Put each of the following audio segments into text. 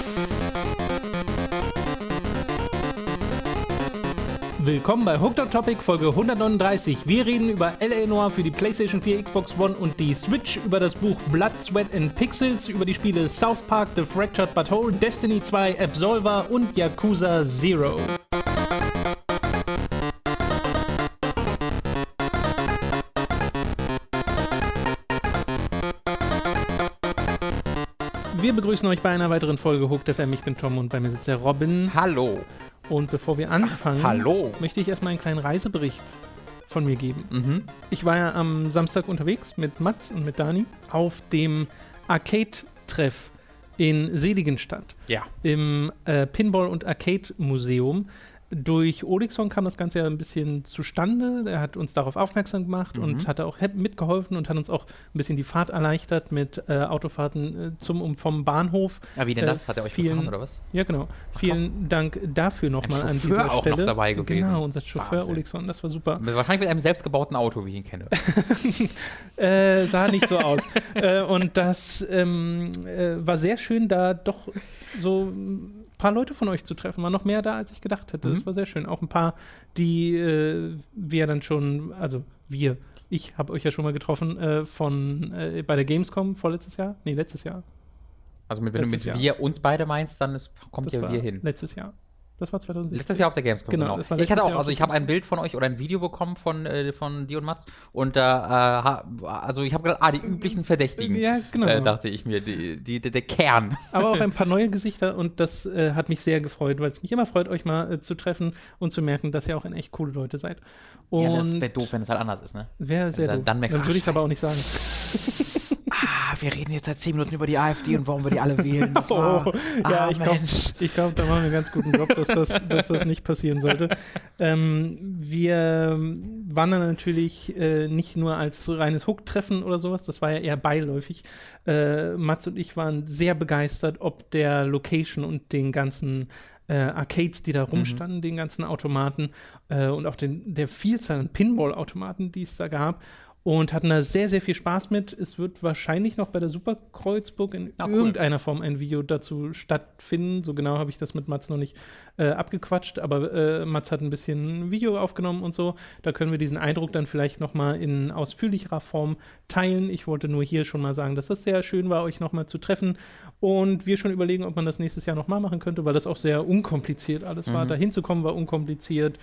Willkommen bei Hooked on Topic Folge 139. Wir reden über L.A. Noire für die PlayStation 4, Xbox One und die Switch, über das Buch Blood, Sweat and Pixels, über die Spiele South Park, The Fractured But Whole, Destiny 2, Absolver und Yakuza Zero. Wir begrüßen euch bei einer weiteren Folge Hooked FM. Ich bin Tom und bei mir sitzt der Robin. Hallo. Und bevor wir anfangen, möchte ich erstmal einen kleinen Reisebericht von mir geben. Ich war ja am Samstag unterwegs mit Mats und mit Dani auf dem Arcade-Treff in Seligenstadt. Ja. Im Pinball- und Arcade-Museum. Durch Olixon kam das Ganze ja ein bisschen zustande. Er hat uns darauf aufmerksam gemacht und hat auch mitgeholfen und hat uns auch ein bisschen die Fahrt erleichtert mit Autofahrten zum und vom Bahnhof. Ja, wie denn das? Hat er euch gefahren oder was? Ja, genau. Vielen Dank dafür nochmal an dieser Stelle. Auch noch dabei gewesen. Genau, unser Chauffeur Olixon, das war super. Wahrscheinlich mit einem selbstgebauten Auto, wie ich ihn kenne. Sah nicht so aus. Und das war sehr schön, da doch so paar Leute von euch zu treffen. War noch mehr da, als ich gedacht hätte. Das war sehr schön. Auch ein paar, die wir dann schon, also ich habe euch ja schon mal getroffen bei der Gamescom letztes Jahr. Also wenn du mit wir uns beide meinst, dann kommt ja wir hin. Letztes Jahr. Das war 2017. Letztes Jahr auf der Gamescom, genau. Das war ich hatte auch, also ich habe ein Bild von euch oder ein Video bekommen von dir und Mats und da, also ich habe gedacht, die üblichen Verdächtigen, ja, genau. Dachte ich mir, der Kern. Aber auch ein paar neue Gesichter und das hat mich sehr gefreut, weil es mich immer freut, euch mal zu treffen und zu merken, dass ihr auch echt coole Leute seid. Und ja, das wäre doof, wenn es halt anders ist, ne? Wäre sehr doof. Dann würde ich aber auch nicht sagen. Wir reden jetzt seit 10 Minuten über die AfD und warum wir die alle wählen. Das ich glaube, da machen wir einen ganz guten Job, dass das nicht passieren sollte. Wir waren dann natürlich nicht nur als reines Hook-Treffen oder sowas, das war ja eher beiläufig. Mats und ich waren sehr begeistert, ob der Location und den ganzen Arcades, die da rumstanden, den ganzen Automaten und auch der Vielzahl an Pinball-Automaten, die es da gab. Und hatten da sehr, sehr viel Spaß mit. Es wird wahrscheinlich noch bei der Super Kreuzburg in irgendeiner Form ein Video dazu stattfinden. So genau habe ich das mit Mats noch nicht abgequatscht, aber Mats hat ein bisschen Video aufgenommen und so. Da können wir diesen Eindruck dann vielleicht noch mal in ausführlicherer Form teilen. Ich wollte nur hier schon mal sagen, dass das sehr schön war, euch noch mal zu treffen. Und wir schon überlegen, ob man das nächstes Jahr noch mal machen könnte, weil das auch sehr unkompliziert alles war. Da hinzukommen war unkompliziert.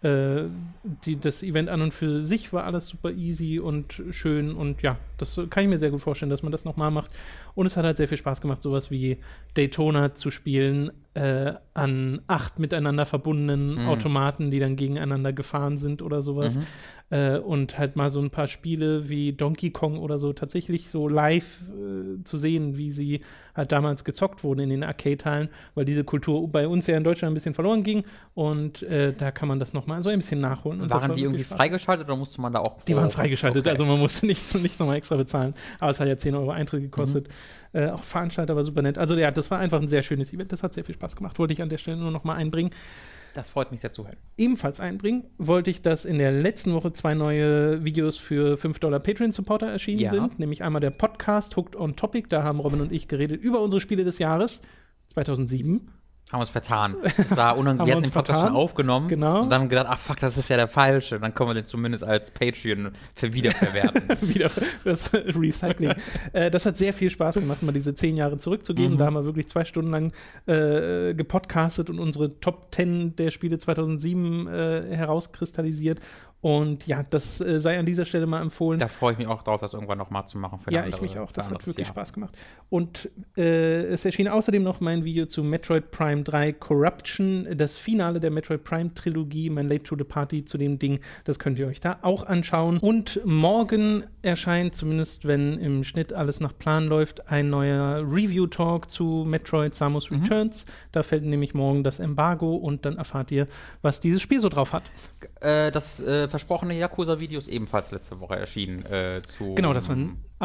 Das Event an und für sich war alles super easy und schön und ja, das kann ich mir sehr gut vorstellen, dass man das nochmal macht. Und es hat halt sehr viel Spaß gemacht, sowas wie Daytona zu spielen an 8 miteinander verbundenen Automaten, die dann gegeneinander gefahren sind oder sowas. Und halt mal so ein paar Spiele wie Donkey Kong oder so tatsächlich so live zu sehen, wie sie halt damals gezockt wurden in den Arcade-Hallen, weil diese Kultur bei uns ja in Deutschland ein bisschen verloren ging und da kann man das nochmal so ein bisschen nachholen. Und waren die irgendwie freigeschaltet oder musste man da auch? Die waren freigeschaltet, also man musste nichts nochmal extra bezahlen, aber es hat ja 10 € Eintritt gekostet. Auch Veranstalter war super nett. Also ja, das war einfach ein sehr schönes Event, das hat sehr viel Spaß gemacht, wollte ich an der Stelle nur noch mal einbringen. Das freut mich sehr zu hören. Ebenfalls einbringen wollte ich, dass in der letzten Woche 2 neue Videos für $5 Patreon-Supporter erschienen sind. Nämlich einmal der Podcast Hooked on Topic. Da haben Robin und ich geredet über unsere Spiele des Jahres 2007. Haben uns vertan. Wir hatten den Podcast schon aufgenommen und dann gedacht, ach fuck, das ist ja der falsche. Dann können wir den zumindest als Patreon wiederverwerten. Das Recycling. Das hat sehr viel Spaß gemacht, mal diese 10 Jahre zurückzugehen. Da haben wir wirklich 2 Stunden lang gepodcastet und unsere Top 10 der Spiele 2007 herauskristallisiert. Und ja, das sei an dieser Stelle mal empfohlen. Da freue ich mich auch drauf, das irgendwann noch mal zu machen. Ja, ich mich auch. Das hat wirklich Spaß gemacht. Und es erschien außerdem noch mein Video zu Metroid Prime 3 Corruption, das Finale der Metroid Prime Trilogie, mein Late to the Party zu dem Ding. Das könnt ihr euch da auch anschauen. Und morgen erscheint, zumindest wenn im Schnitt alles nach Plan läuft, ein neuer Review-Talk zu Metroid Samus Returns. Da fällt nämlich morgen das Embargo und dann erfahrt ihr, was dieses Spiel so drauf hat. Das versprochene Yakuza-Video ist ebenfalls letzte Woche erschienen. Genau, das war ein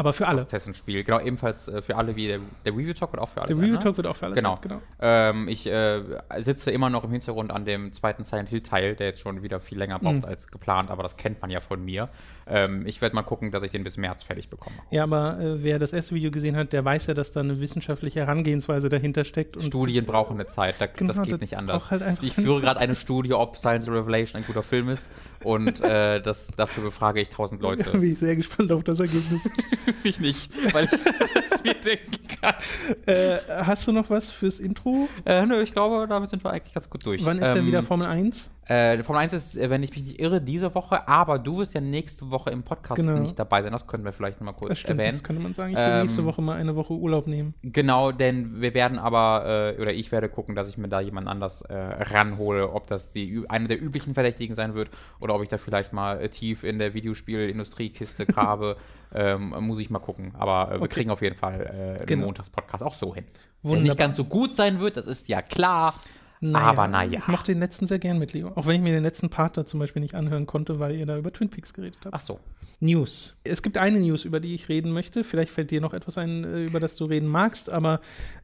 Aber für alle. Spiel. Genau, ebenfalls für alle, wie der Review-Talk wird auch für alle sein. Der Review-Talk wird auch für alle sein, genau. Ich sitze immer noch im Hintergrund an dem zweiten Silent Hill-Teil, der jetzt schon wieder viel länger braucht als geplant, aber das kennt man ja von mir. Ich werde mal gucken, dass ich den bis März fertig bekomme. Ja, aber wer das erste Video gesehen hat, der weiß ja, dass da eine wissenschaftliche Herangehensweise dahinter steckt. Und Studien brauchen eine Zeit, das geht nicht anders. Halt ich führe gerade eine Studie, ob Silent Hill Revelation ein guter Film ist und dafür befrage ich 1000 Leute. Da bin ich sehr gespannt auf das Ergebnis. Ich nicht, weil ich es mir denken kann. Hast du noch was fürs Intro? Nö, ich glaube, damit sind wir eigentlich ganz gut durch. Wann ist denn wieder Formel 1? Formel 1 ist, wenn ich mich nicht irre, diese Woche, aber du wirst ja nächste Woche im Podcast nicht dabei sein. Das können wir vielleicht nochmal kurz erwähnen. Das könnte man sagen. Ich will nächste Woche mal eine Woche Urlaub nehmen. Genau, denn wir werden aber, oder ich werde gucken, dass ich mir da jemand anders ranhole, ob das eine der üblichen Verdächtigen sein wird oder ob ich da vielleicht mal tief in der Videospiel-Industriekiste grabe. Muss ich mal gucken. Aber wir kriegen auf jeden Fall den Montagspodcast auch so hin. Wunderbar. Der nicht ganz so gut sein wird, das ist ja klar. Aber naja. Ich mochte den letzten sehr gern mit Leo. Auch wenn ich mir den letzten Part da zum Beispiel nicht anhören konnte, weil ihr da über Twin Peaks geredet habt. Ach so. News. Es gibt eine News, über die ich reden möchte. Vielleicht fällt dir noch etwas ein, über das du reden magst. Aber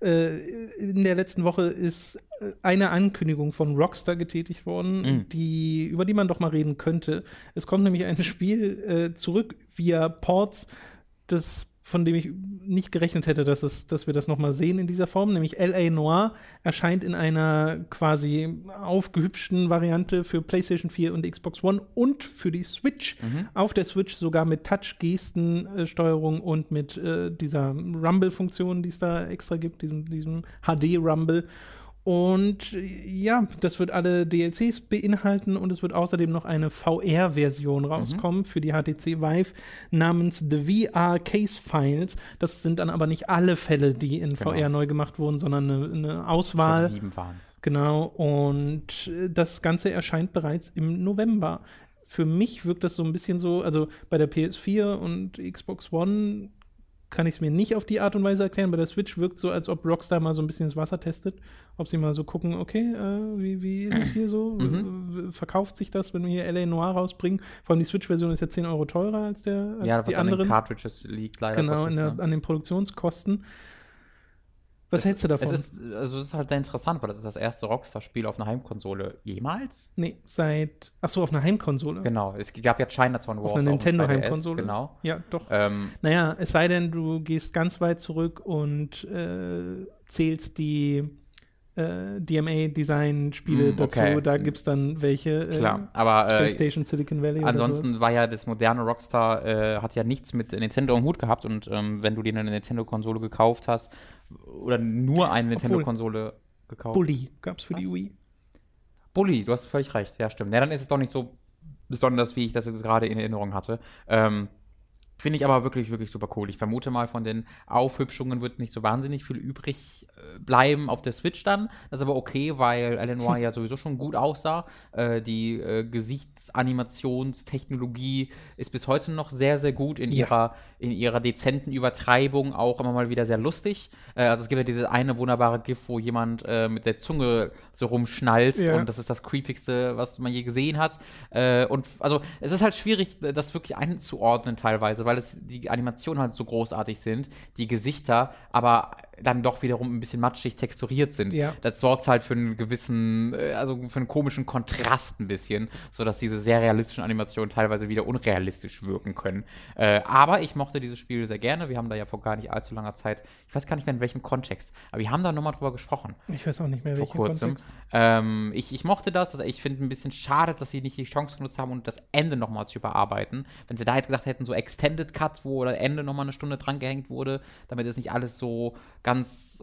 in der letzten Woche ist eine Ankündigung von Rockstar getätigt worden, über die man doch mal reden könnte. Es kommt nämlich ein Spiel zurück via Ports, von dem ich nicht gerechnet hätte, dass wir das noch mal sehen in dieser Form, nämlich L.A. Noire erscheint in einer quasi aufgehübschten Variante für PlayStation 4 und Xbox One und für die Switch. Auf der Switch sogar mit Touch-Gesten-Steuerung und mit dieser Rumble-Funktion, die es da extra gibt, diesem HD-Rumble. Und ja, das wird alle DLCs beinhalten und es wird außerdem noch eine VR-Version rauskommen für die HTC Vive namens The VR Case Files. Das sind dann aber nicht alle Fälle, die in VR neu gemacht wurden, sondern eine Auswahl. Ich glaube, 7 waren es. Genau, und das Ganze erscheint bereits im November. Für mich wirkt das so ein bisschen so, also bei der PS4 und Xbox One kann ich es mir nicht auf die Art und Weise erklären. Bei der Switch wirkt so, als ob Rockstar mal so ein bisschen das Wasser testet. Ob sie mal so gucken, okay, wie ist es hier so? Verkauft sich das, wenn wir hier L.A. Noire rausbringen? Vor allem die Switch-Version ist ja 10 € teurer als die anderen. Ja, was an den Cartridges liegt leider. Genau, an den Produktionskosten. Was hältst du davon? Es ist halt sehr interessant, weil das ist das erste Rockstar-Spiel auf einer Heimkonsole jemals? Nee, auf einer Heimkonsole. Genau, es gab ja Chinatown Wars auf einer Nintendo-Heimkonsole. Genau. Ja, doch. Naja, es sei denn, du gehst ganz weit zurück und zählst die DMA-Design-Spiele dazu. Okay. Da gibt es dann welche. Klar, aber Space Station, Silicon Valley ansonsten war ja das moderne Rockstar, hat ja nichts mit Nintendo im Hut gehabt und wenn du dir eine Nintendo-Konsole gekauft hast oder nur eine Nintendo-Konsole gekauft. Bully gab es für die Wii. Bully, du hast völlig recht, ja stimmt. Ja, dann ist es doch nicht so besonders, wie ich das jetzt gerade in Erinnerung hatte. Finde ich aber wirklich, wirklich super cool. Ich vermute mal, von den Aufhübschungen wird nicht so wahnsinnig viel übrig bleiben auf der Switch dann. Das ist aber okay, weil L.A. Noire ja sowieso schon gut aussah. Die Gesichtsanimationsteknologie ist bis heute noch sehr, sehr gut in ihrer dezenten Übertreibung, auch immer mal wieder sehr lustig. Also es gibt ja diese eine wunderbare GIF, wo jemand mit der Zunge so rumschnalzt und das ist das Creepigste, was man je gesehen hat. Und also es ist halt schwierig, das wirklich einzuordnen teilweise, weil die Animationen halt so großartig sind, die Gesichter, aber dann doch wiederum ein bisschen matschig texturiert sind. Ja. Das sorgt halt für einen gewissen, für einen komischen Kontrast ein bisschen, sodass diese sehr realistischen Animationen teilweise wieder unrealistisch wirken können. Aber ich mochte dieses Spiel sehr gerne. Wir haben da ja vor gar nicht allzu langer Zeit, ich weiß gar nicht mehr in welchem Kontext, aber wir haben da nochmal drüber gesprochen. Ich weiß auch nicht mehr, welchen Kontext. Ich mochte das. Also ich finde ein bisschen schade, dass sie nicht die Chance genutzt haben, das Ende nochmal zu überarbeiten. Wenn sie da jetzt gesagt hätten, so Extended Cut, wo das Ende nochmal eine Stunde dran gehängt wurde, damit es nicht alles so ganz,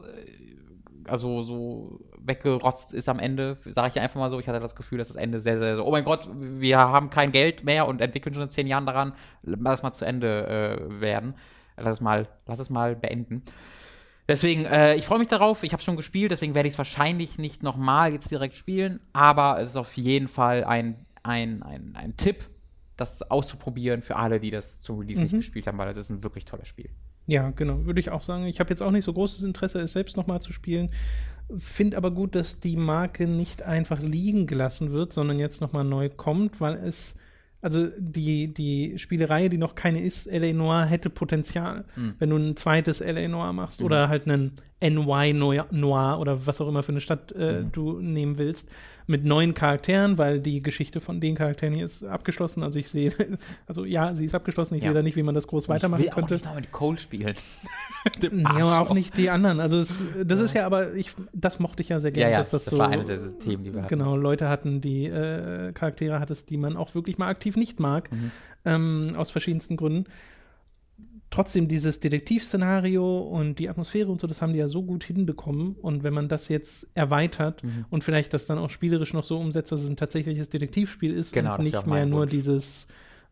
so weggerotzt ist am Ende, sage ich einfach mal so. Ich hatte das Gefühl, dass das Ende sehr, sehr so, oh mein Gott, wir haben kein Geld mehr und entwickeln schon seit 10 Jahren daran, lass es mal zu Ende werden. Lass es mal beenden. Deswegen, ich freue mich darauf. Ich habe schon gespielt, deswegen werde ich es wahrscheinlich nicht nochmal jetzt direkt spielen, aber es ist auf jeden Fall ein Tipp, das auszuprobieren für alle, die das zum Release nicht gespielt haben, weil das ist ein wirklich tolles Spiel. Ja, genau, würde ich auch sagen. Ich habe jetzt auch nicht so großes Interesse, es selbst nochmal zu spielen. Finde aber gut, dass die Marke nicht einfach liegen gelassen wird, sondern jetzt nochmal neu kommt, weil es also die Spielereihe, die noch keine ist, L.A. Noire, hätte Potenzial, wenn du ein zweites L.A. Noire machst oder halt einen NY Noire oder was auch immer für eine Stadt du nehmen willst, mit neuen Charakteren, weil die Geschichte von den Charakteren hier ist abgeschlossen. Also ich sehe, also ja, sie ist abgeschlossen. Ich sehe da nicht, wie man das groß weitermachen könnte. Ich will auch nicht noch mit Cole spielen. Nee, aber auch nicht die anderen. Also das ist ja aber, das mochte ich ja sehr gerne, dass das so, war eine der Themen, die wir hatten. Genau, Leute hatten, die Charaktere hattest, die man auch wirklich mal aktiv nicht mag, aus verschiedensten Gründen. Trotzdem dieses Detektivszenario und die Atmosphäre und so, das haben die ja so gut hinbekommen. Und wenn man das jetzt erweitert und vielleicht das dann auch spielerisch noch so umsetzt, dass es ein tatsächliches Detektivspiel ist und nicht mehr nur dieses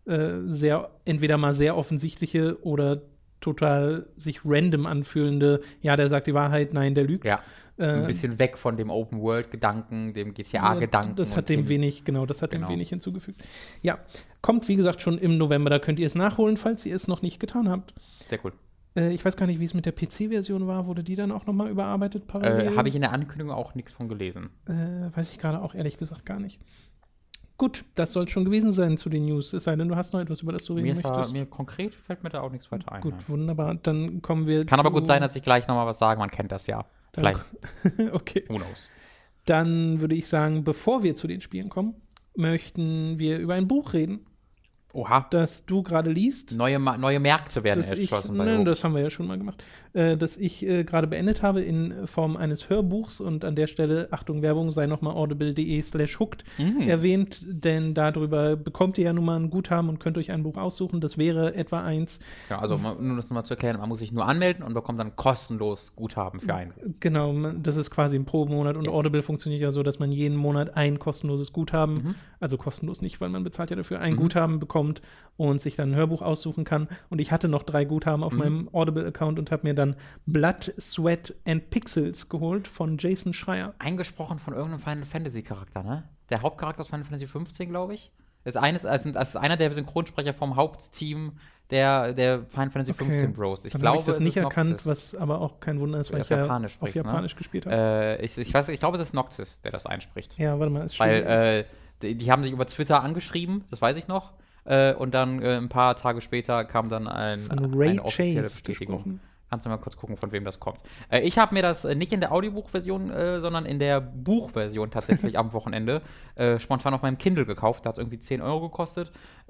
entweder mal sehr offensichtliche oder total sich random anfühlende, ja, der sagt die Wahrheit, nein, der lügt. Ja, ein bisschen weg von dem Open-World-Gedanken, dem GTA-Gedanken. Das hat dem wenig hinzugefügt. Ja, kommt, wie gesagt, schon im November, da könnt ihr es nachholen, falls ihr es noch nicht getan habt. Sehr cool. Ich weiß gar nicht, wie es mit der PC-Version war. Wurde die dann auch nochmal überarbeitet parallel? Habe ich in der Ankündigung auch nichts von gelesen. Weiß ich gerade auch ehrlich gesagt gar nicht. Gut, das soll schon gewesen sein zu den News. Es sei denn, du hast noch etwas, über das du reden möchtest. Mir konkret fällt mir da auch nichts weiter ein. Gut, wunderbar. Dann kommen wir Kann aber gut sein, dass ich gleich nochmal was sage. Man kennt das ja. Vielleicht. Okay. Who knows? Dann würde ich sagen, bevor wir zu den Spielen kommen, möchten wir über ein Buch reden. Oha. Das du gerade liest. Neue Märkte werden erschlossen. Das haben wir ja schon mal gemacht. Das ich gerade beendet habe in Form eines Hörbuchs und an der Stelle, Achtung, Werbung, sei nochmal audible.de/hooked erwähnt, denn darüber bekommt ihr ja nun mal ein Guthaben und könnt euch ein Buch aussuchen. Das wäre etwa eins. Ja, also nur das nochmal zu erklären, man muss sich nur anmelden und bekommt dann kostenlos Guthaben für einen. Genau, das ist quasi ein Pro-Monat und Audible funktioniert ja so, dass man jeden Monat ein kostenloses Guthaben, also kostenlos nicht, weil man bezahlt ja dafür, ein Guthaben bekommt und sich dann ein Hörbuch aussuchen kann. Und ich hatte noch 3 Guthaben auf meinem Audible-Account und habe mir dann Blood, Sweat and Pixels geholt von Jason Schreier. Eingesprochen von irgendeinem Final Fantasy-Charakter, ne? Der Hauptcharakter aus Final Fantasy 15, glaube ich. Das ist einer der Synchronsprecher vom Hauptteam der Final Fantasy 15 Bros. Ich glaube, ich das nicht erkannt, was aber auch kein Wunder ist, weil ich ja auf Japanisch gespielt habe. Ich glaube, es ist Noctis, der das einspricht. Ja, warte mal, weil die haben sich über Twitter angeschrieben, das weiß ich noch. Und dann ein paar Tage später kam dann eine offizielle Bestätigung. Gesprochen. Kannst du mal kurz gucken, von wem das kommt. Ich habe mir das nicht in der Audiobuchversion, sondern in der Buchversion tatsächlich am Wochenende spontan auf meinem Kindle gekauft. Da hat es irgendwie 10 € gekostet.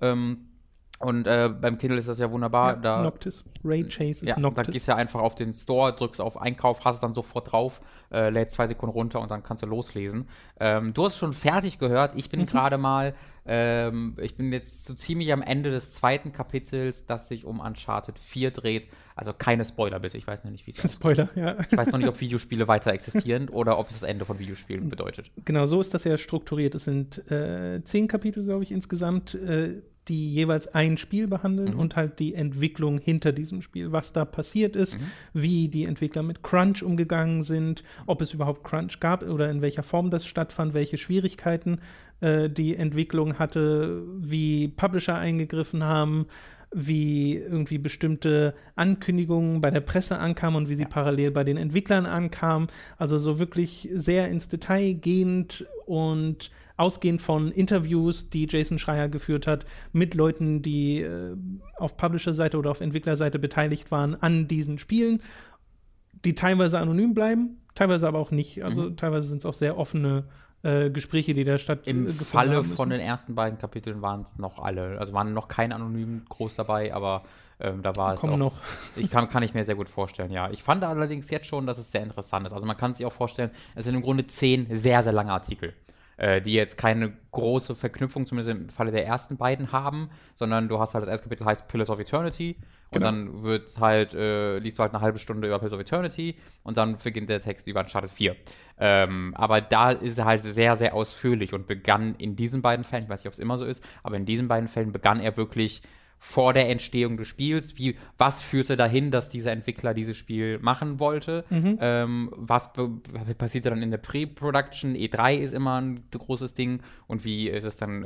Und beim Kindle ist das ja wunderbar. Ja, Noctis. Ray Chase ist Noctis. Da gehst du ja einfach auf den Store, drückst auf Einkauf, hast es dann sofort drauf, lädst 2 Sekunden runter und dann kannst du loslesen. Du hast schon fertig gehört. Ich bin gerade mal, ich bin jetzt so ziemlich am Ende des 2. Kapitels, das sich um Uncharted 4 dreht. Also keine Spoiler bitte, ich weiß noch nicht, wie es ist. Spoiler, ja. Ich weiß noch nicht, ob Videospiele weiter existieren oder ob es das Ende von Videospielen bedeutet. Genau, so ist das ja strukturiert. Es sind 10 Kapitel, glaube ich, insgesamt, die jeweils ein Spiel behandeln und halt die Entwicklung hinter diesem Spiel, was da passiert ist, wie die Entwickler mit Crunch umgegangen sind, ob es überhaupt Crunch gab oder in welcher Form das stattfand, welche Schwierigkeiten die Entwicklung hatte, wie Publisher eingegriffen haben, wie irgendwie bestimmte Ankündigungen bei der Presse ankamen und wie sie parallel bei den Entwicklern ankamen. Also so wirklich sehr ins Detail gehend und ausgehend von Interviews, die Jason Schreier geführt hat, mit Leuten, die auf Publisher-Seite oder auf Entwicklerseite beteiligt waren an diesen Spielen, die teilweise anonym bleiben, teilweise aber auch nicht. Also teilweise sind es auch sehr offene Gespräche, die da stattgefunden haben. Im Falle von den ersten beiden Kapiteln waren es noch alle. Also waren noch kein anonym groß dabei, aber da war es auch. Noch. Kann ich mir sehr gut vorstellen, ja. Ich fand allerdings jetzt schon, dass es sehr interessant ist. Also man kann sich auch vorstellen, es sind im Grunde 10 sehr, sehr lange Artikel, die jetzt keine große Verknüpfung, zumindest im Falle der ersten beiden haben, sondern du hast halt, das erste Kapitel heißt Pillars of Eternity und dann wird halt, liest du halt eine halbe Stunde über Pillars of Eternity und dann beginnt der Text über Uncharted 4. Aber da ist er halt sehr, sehr ausführlich und begann in diesen beiden Fällen, ich weiß nicht, ob es immer so ist, aber in diesen beiden Fällen begann er wirklich vor der Entstehung des Spiels, was führte dahin, dass dieser Entwickler dieses Spiel machen wollte, was passierte dann in der Pre-Production, E3 ist immer ein großes Ding und wie ist es dann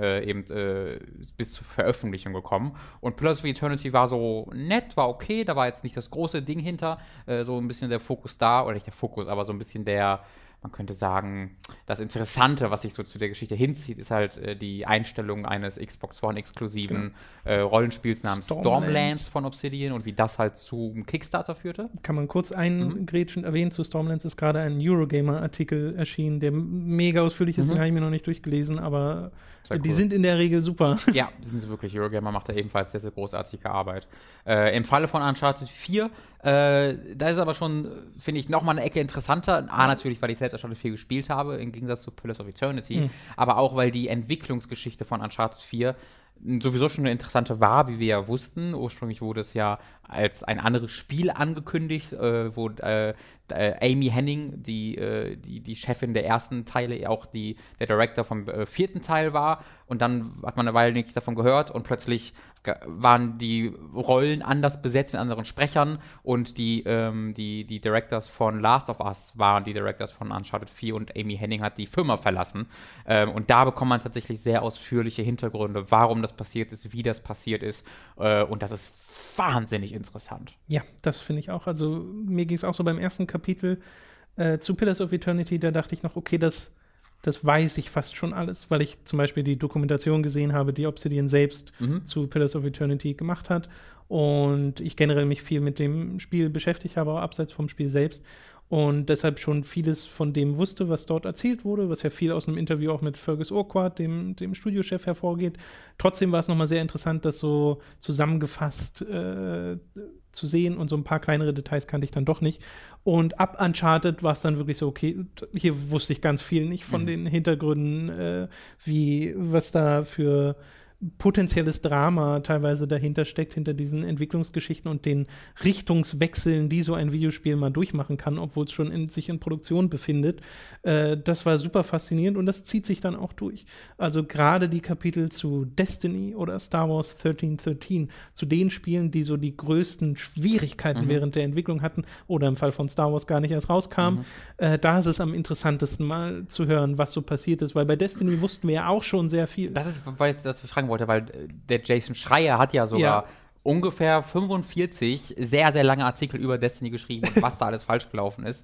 bis zur Veröffentlichung gekommen. Und Pillars of Eternity war so nett, war okay, da war jetzt nicht das große Ding hinter, so ein bisschen der Fokus da, oder nicht der Fokus, aber so ein bisschen man könnte sagen, das Interessante, was sich so zu der Geschichte hinzieht, ist halt die Einstellung eines Xbox One-exklusiven Rollenspiels namens Stormlands von Obsidian und wie das halt zum Kickstarter führte. Kann man kurz eingrätschen erwähnen, zu Stormlands ist gerade ein Eurogamer-Artikel erschienen, der mega ausführlich ist, den habe ich mir noch nicht durchgelesen, aber die sind in der Regel super. Ja, sind sie wirklich. Eurogamer macht da ebenfalls sehr, sehr großartige Arbeit. Im Falle von Uncharted 4, da ist aber schon, finde ich, nochmal eine Ecke interessanter. Natürlich, weil ich selbst Uncharted 4 gespielt habe, im Gegensatz zu Pillars of Eternity, aber auch, weil die Entwicklungsgeschichte von Uncharted 4 sowieso schon eine interessante war, wie wir ja wussten. Ursprünglich wurde es ja als ein anderes Spiel angekündigt, wo Amy Hennig, die Chefin der ersten Teile, auch der Director vom vierten Teil war. Und dann hat man eine Weile nichts davon gehört und plötzlich waren die Rollen anders besetzt mit anderen Sprechern und die Directors von Last of Us waren die Directors von Uncharted 4 und Amy Hennig hat die Firma verlassen. Und da bekommt man tatsächlich sehr ausführliche Hintergründe, warum das passiert ist, wie das passiert ist. Und das ist wahnsinnig interessant. Ja, das finde ich auch. Also mir ging es auch so beim ersten Kapitel zu Pillars of Eternity, da dachte ich noch, okay, das weiß ich fast schon alles, weil ich zum Beispiel die Dokumentation gesehen habe, die Obsidian selbst zu Pillars of Eternity gemacht hat und ich generell mich viel mit dem Spiel beschäftigt habe, auch abseits vom Spiel selbst und deshalb schon vieles von dem wusste, was dort erzählt wurde, was ja viel aus einem Interview auch mit Fergus Urquhart, dem Studiochef, hervorgeht. Trotzdem war es nochmal sehr interessant, das so zusammengefasst zu sehen und so ein paar kleinere Details kannte ich dann doch nicht. Und ab Uncharted war es dann wirklich so, okay, hier wusste ich ganz viel nicht von den Hintergründen, was da für potenzielles Drama teilweise dahinter steckt, hinter diesen Entwicklungsgeschichten und den Richtungswechseln, die so ein Videospiel mal durchmachen kann, obwohl es schon sich in Produktion befindet. Das war super faszinierend und das zieht sich dann auch durch. Also gerade die Kapitel zu Destiny oder Star Wars 1313, zu den Spielen, die so die größten Schwierigkeiten während der Entwicklung hatten oder im Fall von Star Wars gar nicht erst rauskam, da ist es am interessantesten mal zu hören, was so passiert ist, weil bei Destiny wussten wir ja auch schon sehr viel. Das ist, weil ich das fragen wollte, weil der Jason Schreier hat ja sogar ungefähr 45 sehr, sehr lange Artikel über Destiny geschrieben und was da alles falsch gelaufen ist.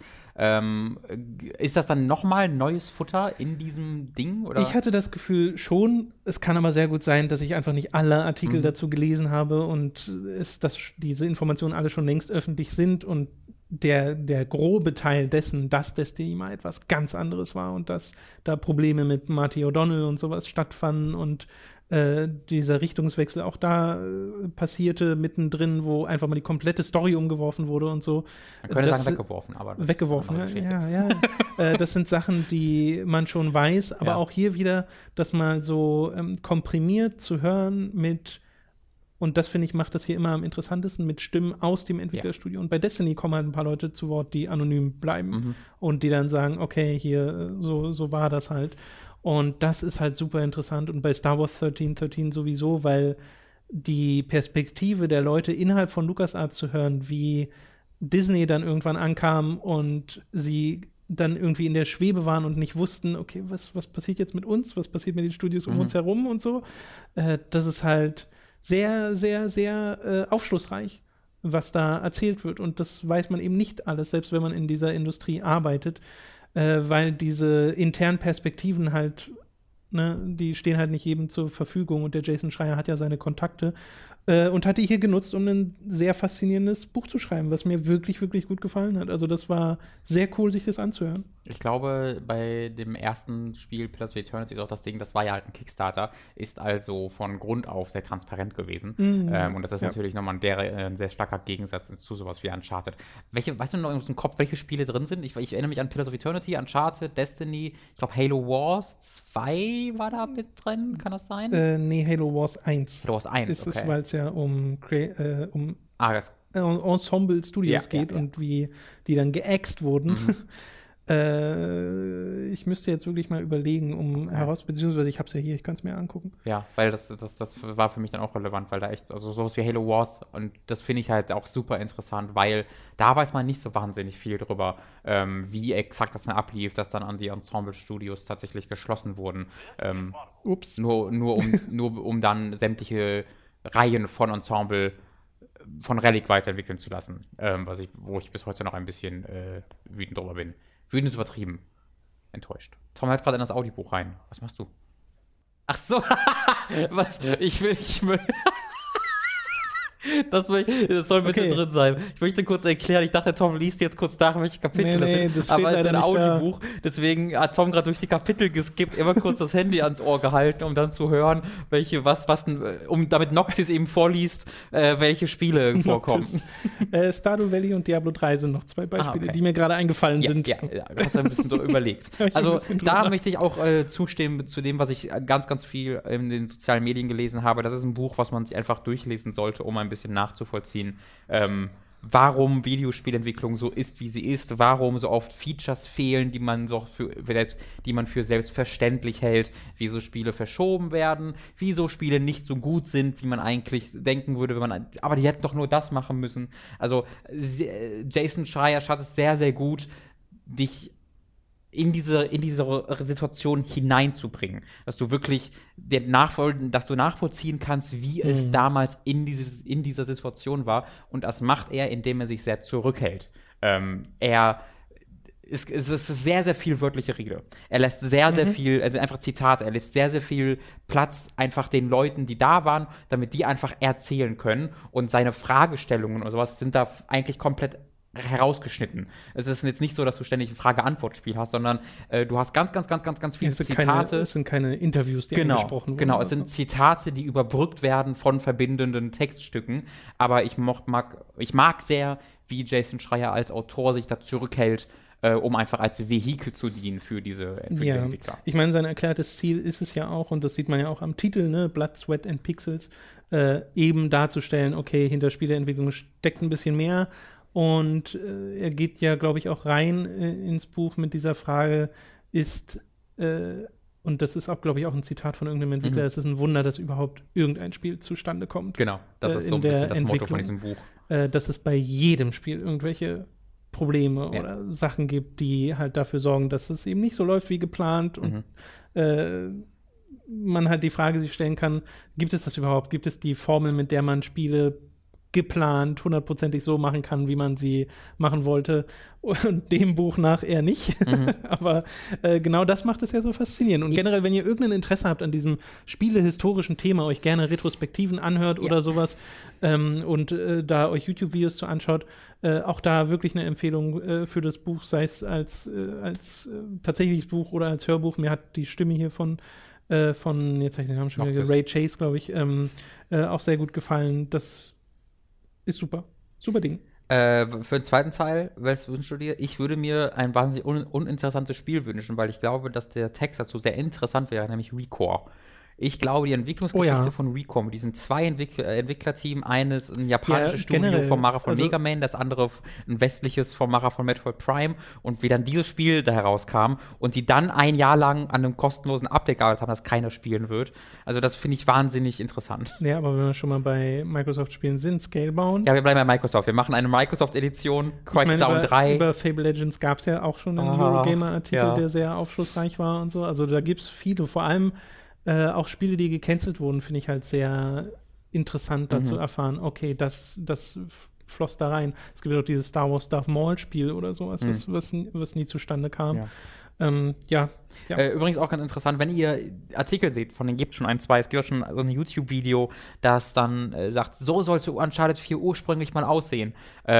Ist das dann nochmal neues Futter in diesem Ding? Oder? Ich hatte das Gefühl schon. Es kann aber sehr gut sein, dass ich einfach nicht alle Artikel dazu gelesen habe und dass diese Informationen alle schon längst öffentlich sind und der grobe Teil dessen, dass Destiny mal etwas ganz anderes war und dass da Probleme mit Marty O'Donnell und sowas stattfanden und dieser Richtungswechsel auch da passierte, mittendrin, wo einfach mal die komplette Story umgeworfen wurde und so. Man könnte sagen weggeworfen, aber weggeworfen, ja. Das sind Sachen, die man schon weiß, aber auch hier wieder, das mal so komprimiert zu hören mit, und das, finde ich, macht das hier immer am interessantesten, mit Stimmen aus dem Entwicklerstudio. Und bei Destiny kommen halt ein paar Leute zu Wort, die anonym bleiben und die dann sagen, okay, hier, so war das halt. Und das ist halt super interessant. Und bei Star Wars 1313 sowieso, weil die Perspektive der Leute innerhalb von LucasArts zu hören, wie Disney dann irgendwann ankam und sie dann irgendwie in der Schwebe waren und nicht wussten, okay, was passiert jetzt mit uns? Was passiert mit den Studios um uns herum und so? Das ist halt sehr, sehr, sehr aufschlussreich, was da erzählt wird. Und das weiß man eben nicht alles, selbst wenn man in dieser Industrie arbeitet. Weil diese internen Perspektiven halt, ne, die stehen halt nicht jedem zur Verfügung und der Jason Schreier hat ja seine Kontakte und hat die hier genutzt, um ein sehr faszinierendes Buch zu schreiben, was mir wirklich, wirklich gut gefallen hat. Also das war sehr cool, sich das anzuhören. Ich glaube, bei dem ersten Spiel Pillars of Eternity ist auch das Ding, das war ja halt ein Kickstarter, ist also von Grund auf sehr transparent gewesen. Und das ist natürlich nochmal ein sehr starker Gegensatz zu sowas wie Uncharted. Weißt du noch aus dem Kopf, welche Spiele drin sind? Ich erinnere mich an Pillars of Eternity, Uncharted, Destiny, ich glaube Halo Wars 2 war da mit drin, kann das sein? Nee, Halo Wars 1. Halo Wars 1, ist es, weil es ja um das Ensemble Studios geht und wie die dann geäxt wurden. Ich müsste jetzt wirklich mal überlegen, beziehungsweise ich habe es ja hier, ich kann es mir angucken. Ja, weil das war für mich dann auch relevant, weil da echt, also sowas wie Halo Wars, und das finde ich halt auch super interessant, weil da weiß man nicht so wahnsinnig viel drüber, wie exakt das dann ablief, dass dann an die Ensemble-Studios tatsächlich geschlossen wurden. Nur um dann sämtliche Reihen von Ensemble von Relic weiterentwickeln zu lassen, wo ich bis heute noch ein bisschen wütend drüber bin. Wütend ist übertrieben. enttäuscht. Tom hört gerade in das Audiobuch rein. Was machst du? Ach so. Was? Ich will. Das soll ein bisschen drin sein. Ich möchte kurz erklären, ich dachte, Tom liest jetzt kurz nach, welche Kapitel das sind. Aber es ist ein Audiobuch, deswegen hat Tom gerade durch die Kapitel geskippt, immer kurz das Handy ans Ohr gehalten, um dann zu hören, um damit Noctis eben vorliest, welche Spiele vorkommen. Stardew Valley und Diablo 3 sind noch 2 Beispiele, die mir gerade eingefallen sind. Ja, hast du ein bisschen überlegt. Also da möchte ich auch zustimmen zu dem, was ich ganz, ganz viel in den sozialen Medien gelesen habe. Das ist ein Buch, was man sich einfach durchlesen sollte, um ein bisschen nachzuvollziehen, warum Videospielentwicklung so ist, wie sie ist, warum so oft Features fehlen, die man für selbstverständlich hält, wieso Spiele verschoben werden, wieso Spiele nicht so gut sind, wie man eigentlich denken würde, aber die hätten doch nur das machen müssen. Also Jason Schreier schafft es sehr, sehr gut, dich in diese Situation hineinzubringen, dass du wirklich nachvollziehen kannst, wie es damals in dieser Situation war, und das macht er, indem er sich sehr zurückhält. Es ist sehr, sehr viel wörtliche Rede. Er lässt sehr, sehr viel, also einfach Zitate, er lässt sehr, sehr viel Platz einfach den Leuten, die da waren, damit die einfach erzählen können, und seine Fragestellungen oder sowas sind da eigentlich komplett herausgeschnitten. Es ist jetzt nicht so, dass du ständig ein Frage-Antwort-Spiel hast, sondern du hast ganz viele Zitate. Es sind keine Interviews, die angesprochen wurden. Genau, es sind Zitate, die überbrückt werden von verbindenden Textstücken. Aber ich mag sehr, wie Jason Schreier als Autor sich da zurückhält, um einfach als Vehikel zu dienen für diese Entwickler. Ich meine, sein erklärtes Ziel ist es ja auch, und das sieht man ja auch am Titel, ne, Blood, Sweat and Pixels, eben darzustellen, okay, hinter Spieleentwicklung steckt ein bisschen mehr. Und er geht ja, glaube ich, auch rein ins Buch mit dieser Frage, und das ist auch, glaube ich, auch ein Zitat von irgendeinem Entwickler, es ist ein Wunder, dass überhaupt irgendein Spiel zustande kommt. Genau, das ist so ein bisschen das Motto von diesem Buch. Dass es bei jedem Spiel irgendwelche Probleme oder Sachen gibt, die halt dafür sorgen, dass es eben nicht so läuft wie geplant, und man halt die Frage sich stellen kann, gibt es das überhaupt? Gibt es die Formel, mit der man Spiele geplant, 100%ig so machen kann, wie man sie machen wollte, und dem Buch nach eher nicht. Aber genau das macht es ja so faszinierend. Und generell, wenn ihr irgendein Interesse habt an diesem spielehistorischen Thema, euch gerne Retrospektiven anhört oder sowas, und da euch YouTube-Videos zu anschaut, auch da wirklich eine Empfehlung für das Buch, sei es als tatsächliches Buch oder als Hörbuch. Mir hat die Stimme hier von jetzt habe ich den Namen schon wieder, Ray Chase, glaube ich, auch sehr gut gefallen. Das ist super. Super Ding. Für den zweiten Teil, was wünschst du dir? Ich würde mir ein wahnsinnig uninteressantes Spiel wünschen, weil ich glaube, dass der Text dazu sehr interessant wäre, nämlich Recore. Ich glaube, die Entwicklungsgeschichte von Recore, mit diesen 2 Entwicklerteam, eines ein japanisches Studio vom Macher von Mega Man, das andere ein westliches vom Macher von Metroid Prime, und wie dann dieses Spiel da herauskam und die dann ein Jahr lang an einem kostenlosen Update gearbeitet haben, das keiner spielen wird. Also das finde ich wahnsinnig interessant. Ja, aber wenn wir schon mal bei Microsoft-Spielen sind, Scalebound. Ja, wir bleiben bei Microsoft. Wir machen eine Microsoft-Edition, Crackdown 3. Über Fable Legends gab es ja auch schon einen Eurogamer-Artikel, der sehr aufschlussreich war und so. Also da gibt es viele, vor allem auch Spiele, die gecancelt wurden, finde ich halt sehr interessant, da zu erfahren, okay, das floss da rein. Es gibt ja auch dieses Star Wars Darth Maul Spiel oder sowas, was nie zustande kam. Übrigens auch ganz interessant, wenn ihr Artikel seht, von denen gibt es schon 1, 2, es gibt auch schon so ein YouTube-Video, das dann sagt, so sollte Uncharted 4 ursprünglich mal aussehen,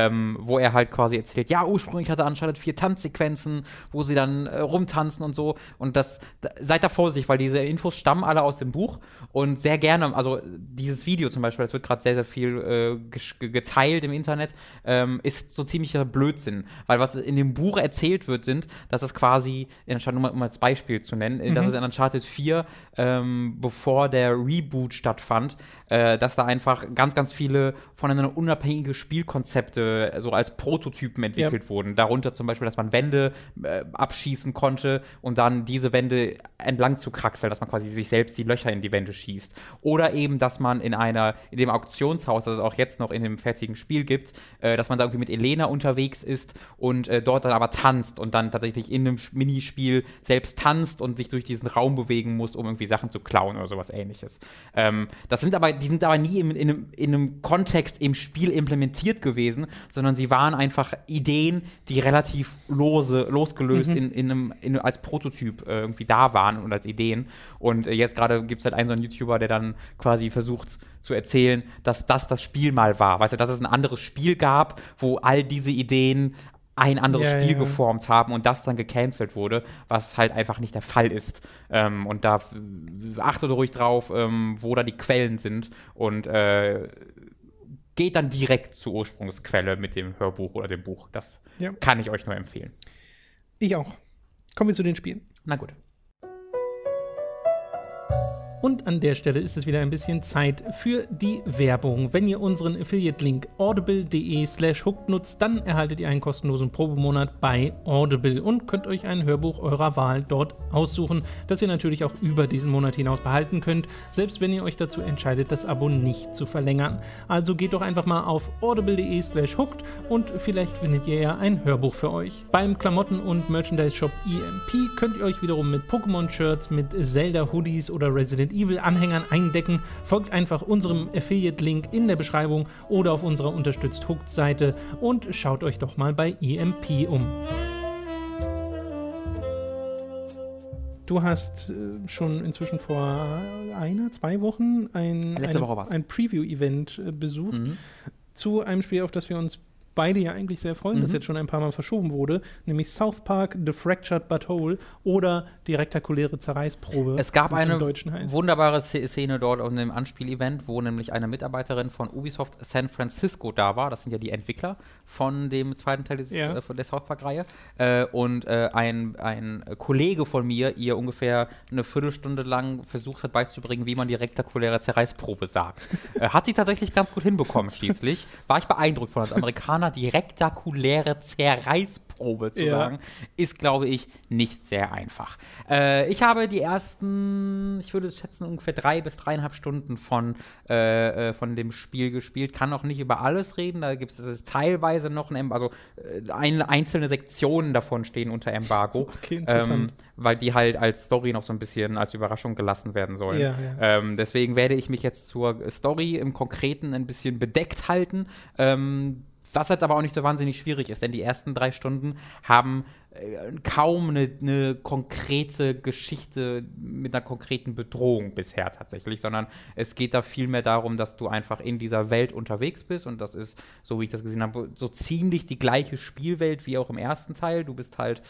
wo er halt quasi erzählt, ja, ursprünglich hatte Uncharted 4 Tanzsequenzen, wo sie dann rumtanzen und so, und seid da vorsichtig, weil diese Infos stammen alle aus dem Buch, und sehr gerne, also dieses Video zum Beispiel, das wird gerade sehr, sehr viel geteilt im Internet, ist so ziemlicher Blödsinn, weil was in dem Buch erzählt wird, dass es quasi, um als Beispiel zu nennen, dass es in Uncharted 4, bevor der Reboot stattfand, dass da einfach ganz, ganz viele voneinander unabhängige Spielkonzepte so als Prototypen entwickelt wurden. Darunter zum Beispiel, dass man Wände abschießen konnte und dann diese Wände entlang zu kraxeln, dass man quasi sich selbst die Löcher in die Wände schießt. Oder eben, dass man in dem Auktionshaus, das es auch jetzt noch in dem fertigen Spiel gibt, dass man da irgendwie mit Elena unterwegs ist und dort dann aber tanzt und dann tatsächlich in einem Minispiel selbst tanzt und sich durch diesen Raum bewegen muss, um irgendwie Sachen zu klauen oder sowas Ähnliches. Die sind aber nie in einem Kontext im Spiel implementiert gewesen, sondern sie waren einfach Ideen, die relativ losgelöst als Prototyp irgendwie da waren und als Ideen. Und jetzt gerade gibt es halt einen so einen YouTuber, der dann quasi versucht zu erzählen, dass das Spiel mal war. Weißt du, dass es ein anderes Spiel gab, wo all diese Ideen ein anderes Spiel geformt haben und das dann gecancelt wurde, was halt einfach nicht der Fall ist. Und da achtet ruhig drauf, wo da die Quellen sind und geht dann direkt zur Ursprungsquelle mit dem Hörbuch oder dem Buch. Das kann ich euch nur empfehlen. Ich auch. Kommen wir zu den Spielen. Na gut. Und an der Stelle ist es wieder ein bisschen Zeit für die Werbung. Wenn ihr unseren Affiliate-Link audible.de/hooked nutzt, dann erhaltet ihr einen kostenlosen Probemonat bei Audible und könnt euch ein Hörbuch eurer Wahl dort aussuchen, das ihr natürlich auch über diesen Monat hinaus behalten könnt, selbst wenn ihr euch dazu entscheidet, das Abo nicht zu verlängern. Also geht doch einfach mal auf audible.de/hooked und vielleicht findet ihr ja ein Hörbuch für euch. Beim Klamotten- und Merchandise-Shop EMP könnt ihr euch wiederum mit Pokémon-Shirts, mit Zelda-Hoodies oder Resident Evil-Anhängern eindecken. Folgt einfach unserem Affiliate-Link in der Beschreibung oder auf unserer Unterstützt-Hooked-Seite und schaut euch doch mal bei EMP um. Du hast schon inzwischen vor 2 Wochen ein Preview-Event besucht zu einem Spiel, auf das wir uns beide ja eigentlich sehr freuen, das jetzt schon ein paar Mal verschoben wurde, nämlich South Park The Fractured But Whole oder die rektakuläre Zerreißprobe. Es gab eine wunderbare Szene dort auf dem Anspiel-Event, wo nämlich eine Mitarbeiterin von Ubisoft San Francisco da war. Das sind ja die Entwickler von dem zweiten Teil von der South Park-Reihe. Und ein Kollege von mir ihr ungefähr eine Viertelstunde lang versucht hat beizubringen, wie man die rektakuläre Zerreißprobe sagt. Hat sie tatsächlich ganz gut hinbekommen schließlich. War ich beeindruckt von als Amerikaner. Die rektakuläre Zerreißprobe zu sagen, ist, glaube ich, nicht sehr einfach. Ich habe die ersten, ich würde schätzen, ungefähr 3 bis 3,5 Stunden von dem Spiel gespielt. Kann noch nicht über alles reden. Da gibt es teilweise noch einzelne Sektionen davon stehen unter Embargo. Okay, interessant. Weil die halt als Story noch so ein bisschen als Überraschung gelassen werden sollen. Deswegen werde ich mich jetzt zur Story im Konkreten ein bisschen bedeckt halten. Was jetzt aber auch nicht so wahnsinnig schwierig ist, denn die ersten 3 Stunden haben kaum eine konkrete Geschichte mit einer konkreten Bedrohung bisher tatsächlich, sondern es geht da vielmehr darum, dass du einfach in dieser Welt unterwegs bist und das ist, so wie ich das gesehen habe, so ziemlich die gleiche Spielwelt wie auch im ersten Teil. Du bist halt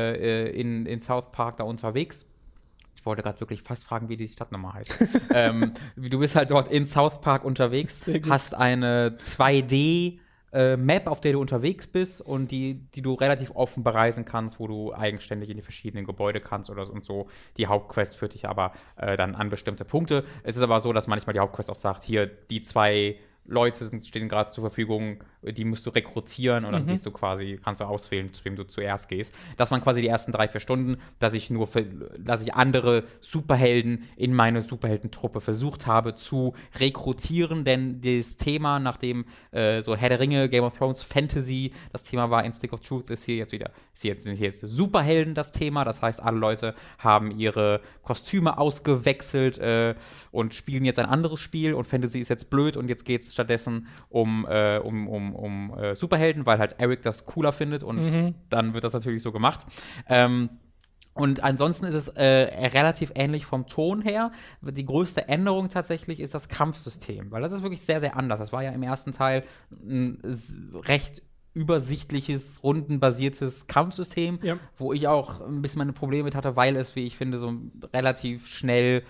in South Park da unterwegs. Ich wollte gerade wirklich fast fragen, wie die Stadt nochmal heißt. Du bist halt dort in South Park unterwegs, hast eine 2D Map, auf der du unterwegs bist und die du relativ offen bereisen kannst, wo du eigenständig in die verschiedenen Gebäude kannst oder so und so. Die Hauptquest führt dich aber dann an bestimmte Punkte. Es ist aber so, dass manchmal die Hauptquest auch sagt, hier, die 2 Leute stehen gerade zur Verfügung, die musst du rekrutieren und dann kannst du auswählen, zu wem du zuerst gehst. Das waren quasi die ersten 3-4 Stunden, dass ich andere Superhelden in meine Superheldentruppe versucht habe zu rekrutieren, denn das Thema, nachdem so Herr der Ringe, Game of Thrones, Fantasy, das Thema war in Stick of Truth, sind jetzt Superhelden das Thema, das heißt, alle Leute haben ihre Kostüme ausgewechselt und spielen jetzt ein anderes Spiel und Fantasy ist jetzt blöd und jetzt geht's stattdessen um Superhelden, weil halt Eric das cooler findet und dann wird das natürlich so gemacht. Und ansonsten ist es relativ ähnlich vom Ton her. Die größte Änderung tatsächlich ist das Kampfsystem, weil das ist wirklich sehr, sehr anders. Das war ja im ersten Teil ein recht übersichtliches, rundenbasiertes Kampfsystem, wo ich auch ein bisschen meine Probleme mit hatte, weil es, wie ich finde, so relativ schnell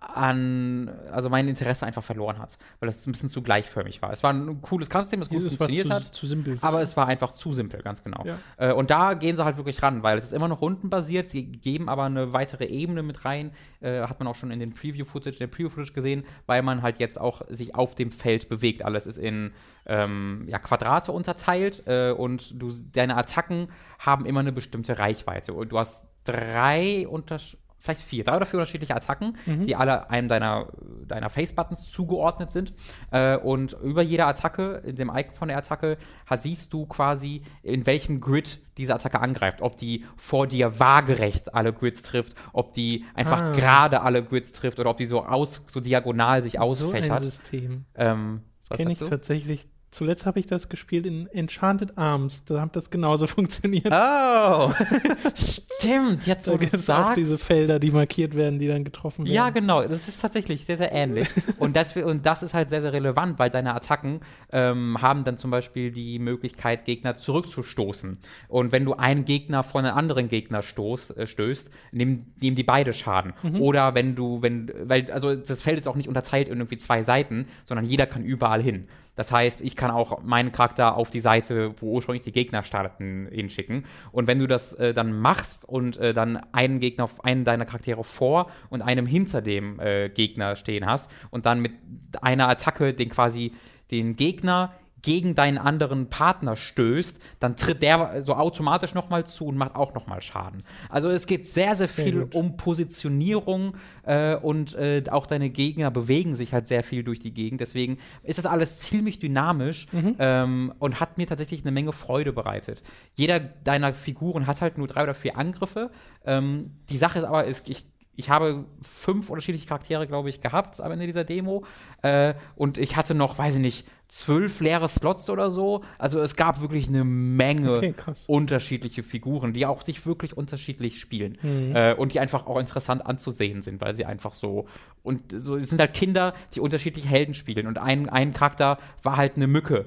mein Interesse einfach verloren hat, weil das ein bisschen zu gleichförmig war. Es war ein cooles Kampfsystem, das gut funktioniert hat, zu simpel, aber es war einfach zu simpel, ganz genau. Ja. Und da gehen sie halt wirklich ran, weil es ist immer noch rundenbasiert, sie geben aber eine weitere Ebene mit rein, hat man auch schon in den Preview-Footage gesehen, weil man halt jetzt auch sich auf dem Feld bewegt. Alles ist in Quadrate unterteilt und deine Attacken haben immer eine bestimmte Reichweite und du hast vielleicht 3 oder 4 unterschiedliche Attacken, die alle einem deiner Face-Buttons zugeordnet sind. Und über jede Attacke, in dem Icon von der Attacke, siehst du quasi, in welchem Grid diese Attacke angreift. Ob die vor dir waagerecht alle Grids trifft, ob die einfach gerade alle Grids trifft oder ob die so diagonal sich ausfächert. So ein System. Das kenne ich tatsächlich. Zuletzt habe ich das gespielt in Enchanted Arms. Da hat das genauso funktioniert. Oh, stimmt. Jetzt, da gibt es auch diese Felder, die markiert werden, die dann getroffen werden. Ja, genau. Das ist tatsächlich sehr, sehr ähnlich. und das ist halt sehr, sehr relevant, weil deine Attacken haben dann zum Beispiel die Möglichkeit, Gegner zurückzustoßen. Und wenn du einen Gegner von einem anderen Gegner stößt, nehmen die beide Schaden. Oder weil das Feld ist auch nicht unterteilt in irgendwie 2 Seiten, sondern jeder kann überall hin. Das heißt, ich kann auch meinen Charakter auf die Seite, wo ursprünglich die Gegner starteten, hinschicken. Und wenn du das dann machst und dann einen deiner Charaktere vor und einem hinter dem Gegner stehen hast und dann mit einer Attacke den Gegner gegen deinen anderen Partner stößt, dann tritt der so automatisch nochmal zu und macht auch nochmal Schaden. Also es geht sehr, sehr viel um Positionierung und auch deine Gegner bewegen sich halt sehr viel durch die Gegend. Deswegen ist das alles ziemlich dynamisch und hat mir tatsächlich eine Menge Freude bereitet. Jeder deiner Figuren hat halt nur 3 oder 4 Angriffe. Die Sache ist aber, ich habe 5 unterschiedliche Charaktere, glaube ich, gehabt am Ende dieser Demo. Und ich hatte noch, weiß ich nicht, 12 leere Slots oder so. Also es gab wirklich eine Menge unterschiedliche Figuren, die auch sich wirklich unterschiedlich spielen. Und die einfach auch interessant anzusehen sind, weil sie einfach es sind halt Kinder, die unterschiedliche Helden spielen. Und ein Charakter war halt eine Mücke.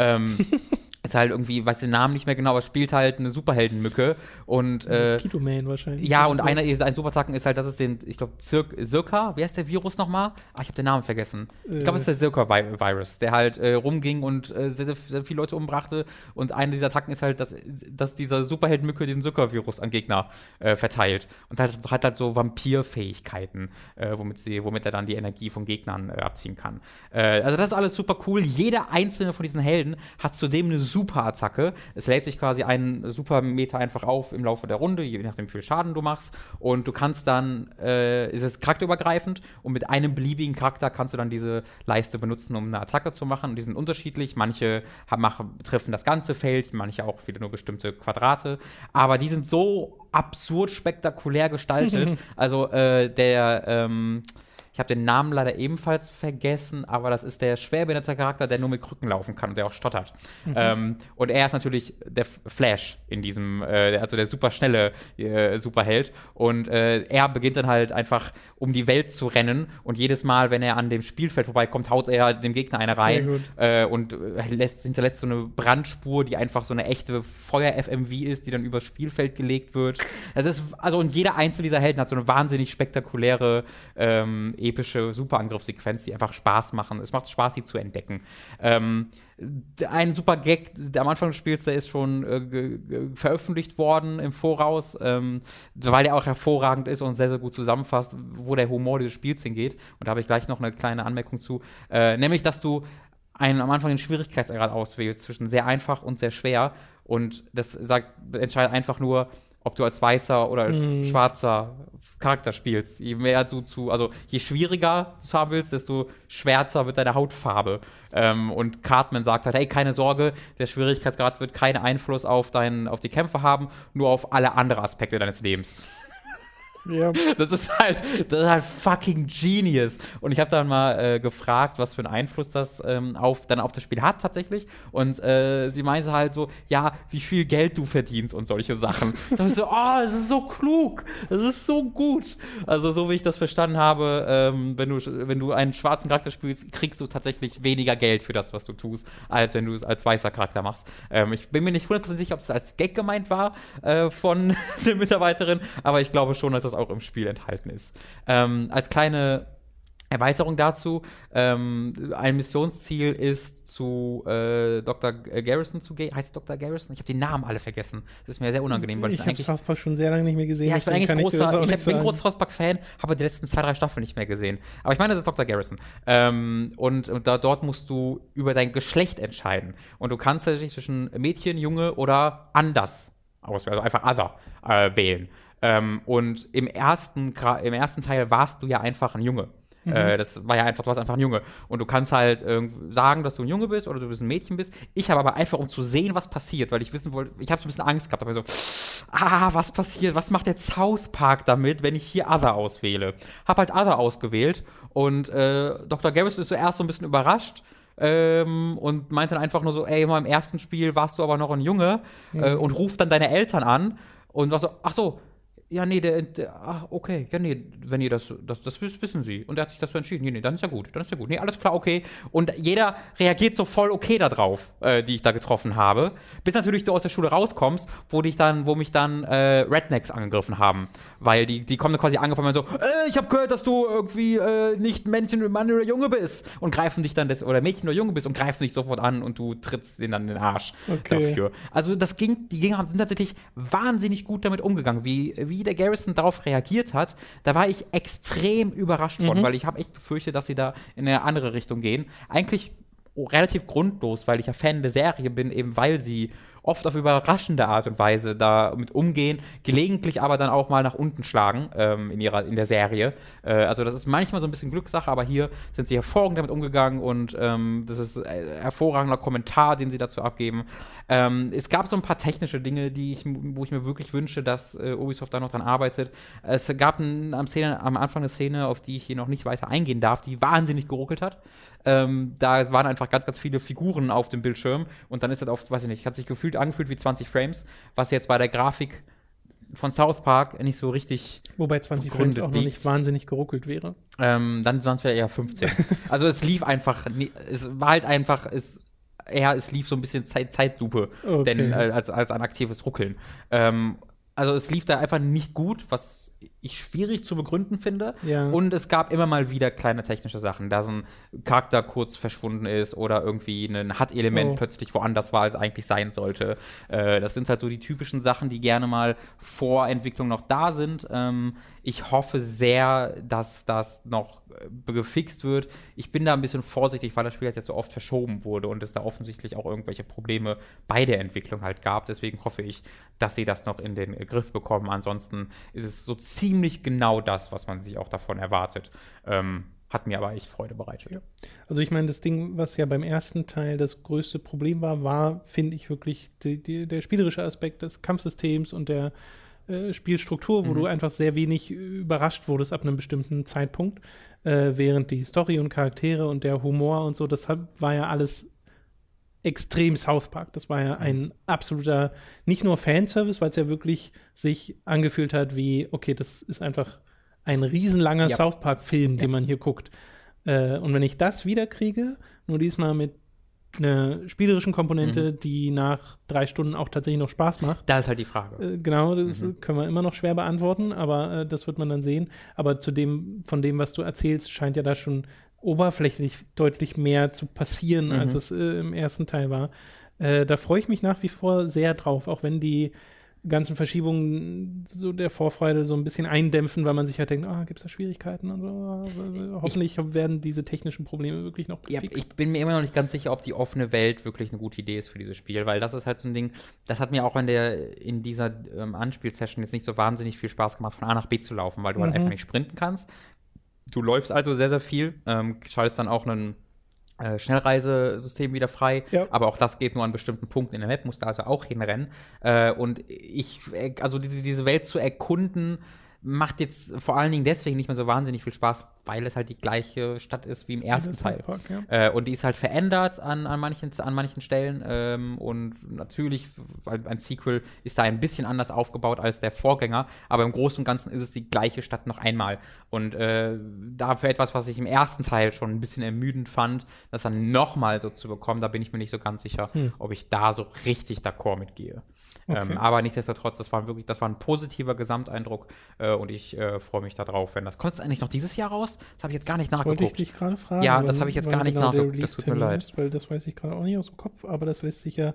Ist halt irgendwie, weiß den Namen nicht mehr genau, aber spielt halt eine Superheldenmücke. Und Mosquito-Man wahrscheinlich. Ja, und ein Superattacken ist halt, das ist ich glaube, Zirka, wie heißt der Virus nochmal? Ich habe den Namen vergessen. Ich glaube, es ist der Zirka-Virus, der halt rumging und sehr, sehr, sehr viele Leute umbrachte. Und eine dieser Attacken ist halt, dass dieser Superheldenmücke den Zirka-Virus an Gegner verteilt. Und hat halt so Vampir-Fähigkeiten, womit er dann die Energie von Gegnern abziehen kann. Also das ist alles super cool. Jeder einzelne von diesen Helden hat zudem eine Super-Attacke. Es lädt sich quasi einen Super-Meter einfach auf im Laufe der Runde, je nachdem, wie viel Schaden du machst. Und du kannst dann, ist es charakterübergreifend und mit einem beliebigen Charakter kannst du dann diese Leiste benutzen, um eine Attacke zu machen. Und die sind unterschiedlich. Manche treffen das ganze Feld, manche auch wieder nur bestimmte Quadrate. Aber die sind so absurd spektakulär gestaltet. Also ich habe den Namen leider ebenfalls vergessen, aber das ist der schwerbehinderte Charakter, der nur mit Krücken laufen kann und der auch stottert. Und er ist natürlich der Flash in diesem, also der super schnelle Superheld. Und er beginnt dann halt einfach um die Welt zu rennen und jedes Mal, wenn er an dem Spielfeld vorbeikommt, haut er dem Gegner eine rein und hinterlässt so eine Brandspur, die einfach so eine echte Feuer-FMV ist, die dann übers Spielfeld gelegt wird. Und jeder einzelne dieser Helden hat so eine wahnsinnig spektakuläre epische Superangriffssequenz, die einfach Spaß machen. Es macht Spaß, sie zu entdecken. Ein super Gag am Anfang des Spiels, der ist schon veröffentlicht worden im Voraus, weil der auch hervorragend ist und sehr, sehr gut zusammenfasst, wo der Humor dieses Spiels hingeht. Und da habe ich gleich noch eine kleine Anmerkung zu. Nämlich, dass du am Anfang den Schwierigkeitsgrad auswählst zwischen sehr einfach und sehr schwer. Und das entscheidet einfach nur, ob du als weißer oder als schwarzer Charakter spielst. Je mehr je schwieriger du es haben willst, desto schwärzer wird deine Hautfarbe. Und Cartman sagt halt, hey, keine Sorge, der Schwierigkeitsgrad wird keinen Einfluss auf die Kämpfe haben, nur auf alle anderen Aspekte deines Lebens. Ja. Das ist halt fucking genius. Und ich habe dann mal gefragt, was für einen Einfluss das auf das Spiel hat tatsächlich. Und sie meinte halt so, ja, wie viel Geld du verdienst und solche Sachen. Da ich so, es ist so klug, es ist so gut. Also so wie ich das verstanden habe, wenn du einen schwarzen Charakter spielst, kriegst du tatsächlich weniger Geld für das, was du tust, als wenn du es als weißer Charakter machst. Ich bin mir nicht 100% sicher, ob es als Gag gemeint war von der Mitarbeiterin, aber ich glaube schon, dass das auch im Spiel enthalten ist. Als kleine Erweiterung dazu, ein Missionsziel ist, zu Dr. Garrison zu gehen. Heißt es Dr. Garrison? Ich habe die Namen alle vergessen. Das ist mir sehr unangenehm. Weil ich habe South Park schon sehr lange nicht mehr gesehen. Ja, ich bin eigentlich bin ein großer South Park-Fan, habe die letzten 2, 3 Staffeln nicht mehr gesehen. Aber ich meine, das ist Dr. Garrison. Dort musst du über dein Geschlecht entscheiden. Und du kannst natürlich zwischen Mädchen, Junge oder anders auswählen, also einfach Other wählen. Und im ersten Teil warst du ja einfach ein Junge. Das war ja einfach, du warst einfach ein Junge. Und du kannst halt sagen, dass du ein Junge bist oder du bist ein Mädchen bist. Ich habe aber einfach, um zu sehen, was passiert, weil ich wissen wollte, ich habe so ein bisschen Angst gehabt, aber so, was passiert? Was macht der South Park damit, wenn ich hier Other auswähle? Hab halt Other ausgewählt und Dr. Garrison ist zuerst so ein bisschen überrascht. Und meint dann einfach nur so, ey, mal im ersten Spiel warst du aber noch ein Junge und ruft dann deine Eltern an und war so, ach so, ja, nee, okay, ja, nee, wenn ihr das wissen sie. Und er hat sich dazu entschieden, nee, dann ist ja gut, nee, alles klar, okay. Und jeder reagiert so voll okay da drauf, die ich da getroffen habe. Bis natürlich du aus der Schule rauskommst, wo mich dann Rednecks angegriffen haben. Weil die kommen dann quasi angefangen und so, ich habe gehört, dass du irgendwie nicht Männchen, Mann oder Junge bist. Und greifen dich dann, oder Mädchen oder Junge bist und greifen dich sofort an und du trittst ihnen dann in den Arsch dafür. Also sind tatsächlich wahnsinnig gut damit umgegangen, wie der Garrison darauf reagiert hat. Da war ich extrem überrascht von, weil ich habe echt befürchtet, dass sie da in eine andere Richtung gehen. Eigentlich relativ grundlos, weil ich ja Fan der Serie bin, eben weil sie oft auf überraschende Art und Weise damit umgehen, gelegentlich aber dann auch mal nach unten schlagen in der Serie. Also das ist manchmal so ein bisschen Glückssache, aber hier sind sie hervorragend damit umgegangen und das ist ein hervorragender Kommentar, den sie dazu abgeben. Es gab so ein paar technische Dinge, wo ich mir wirklich wünsche, dass Ubisoft da noch dran arbeitet. Es gab am Anfang eine Szene, auf die ich hier noch nicht weiter eingehen darf, die wahnsinnig geruckelt hat. Da waren einfach ganz, ganz viele Figuren auf dem Bildschirm und dann ist das oft, weiß ich nicht, hat sich angefühlt wie 20 Frames, was jetzt bei der Grafik von South Park nicht so richtig wobei 20 Frames auch noch nicht wahnsinnig geruckelt wäre. Dann sind es vielleicht eher 15. Also es lief einfach, es lief so ein bisschen Zeitlupe, denn als ein aktives Ruckeln. Also es lief da einfach nicht gut, was ich schwierig zu begründen finde. Ja. Und es gab immer mal wieder kleine technische Sachen, da so ein Charakter kurz verschwunden ist oder irgendwie ein HUD-Element plötzlich woanders war, als eigentlich sein sollte. Das sind halt so die typischen Sachen, die gerne mal vor Entwicklung noch da sind. Ich hoffe sehr, dass das noch gefixt wird. Ich bin da ein bisschen vorsichtig, weil das Spiel halt jetzt so oft verschoben wurde und es da offensichtlich auch irgendwelche Probleme bei der Entwicklung halt gab. Deswegen hoffe ich, dass sie das noch in den Griff bekommen. Ansonsten ist es so ziemlich genau das, was man sich auch davon erwartet. Hat mir aber echt Freude bereitet. Ja. Also ich meine, das Ding, was ja beim ersten Teil das größte Problem war, finde ich wirklich der spielerische Aspekt des Kampfsystems und der Spielstruktur, wo du einfach sehr wenig überrascht wurdest ab einem bestimmten Zeitpunkt, während die Story und Charaktere und der Humor und so, das war ja alles extrem South Park. Das war ja ein absoluter, nicht nur Fanservice, weil es ja wirklich sich angefühlt hat wie, okay, das ist einfach ein riesenlanger South Park-Film, den man hier guckt. Und wenn ich das wiederkriege, nur diesmal mit einer spielerischen Komponente, die nach 3 Stunden auch tatsächlich noch Spaß macht. Da ist halt die Frage. Genau, das können wir immer noch schwer beantworten, aber das wird man dann sehen. Aber von dem, was du erzählst, scheint ja da schon oberflächlich deutlich mehr zu passieren, als es im ersten Teil war. Da freue ich mich nach wie vor sehr drauf, auch wenn die ganzen Verschiebungen so der Vorfreude so ein bisschen eindämpfen, weil man sich halt denkt, gibt es da Schwierigkeiten und so. Hoffentlich werden diese technischen Probleme wirklich noch gefixt. Ja, ich bin mir immer noch nicht ganz sicher, ob die offene Welt wirklich eine gute Idee ist für dieses Spiel, weil das ist halt so ein Ding, das hat mir auch in dieser Anspielsession jetzt nicht so wahnsinnig viel Spaß gemacht, von A nach B zu laufen, weil du halt einfach nicht sprinten kannst. Du läufst also sehr, sehr viel, schaltest dann auch einen Schnellreisesystem wieder frei, aber auch das geht nur an bestimmten Punkten in der Map, musst du also auch hinrennen. Und also diese Welt zu erkunden, macht jetzt vor allen Dingen deswegen nicht mehr so wahnsinnig viel Spaß, weil es halt die gleiche Stadt ist wie im ersten Teil. Park, und die ist halt verändert an manchen Stellen. Und natürlich, weil ein Sequel ist da ein bisschen anders aufgebaut als der Vorgänger, aber im Großen und Ganzen ist es die gleiche Stadt noch einmal. Und dafür etwas, was ich im ersten Teil schon ein bisschen ermüdend fand, das dann nochmal so zu bekommen, da bin ich mir nicht so ganz sicher, ob ich da so richtig d'accord mitgehe. Okay. Aber nichtsdestotrotz, das war ein positiver Gesamteindruck und ich freue mich da drauf, wenn das. Kommt es eigentlich noch dieses Jahr raus? Das habe ich jetzt gar nicht nachgeguckt. Wollte ich dich gerade fragen. Ja, das habe ich jetzt gar nicht nachgeguckt. Das tut mir leid. Weil das weiß ich gerade auch nicht aus dem Kopf, aber das lässt sich ja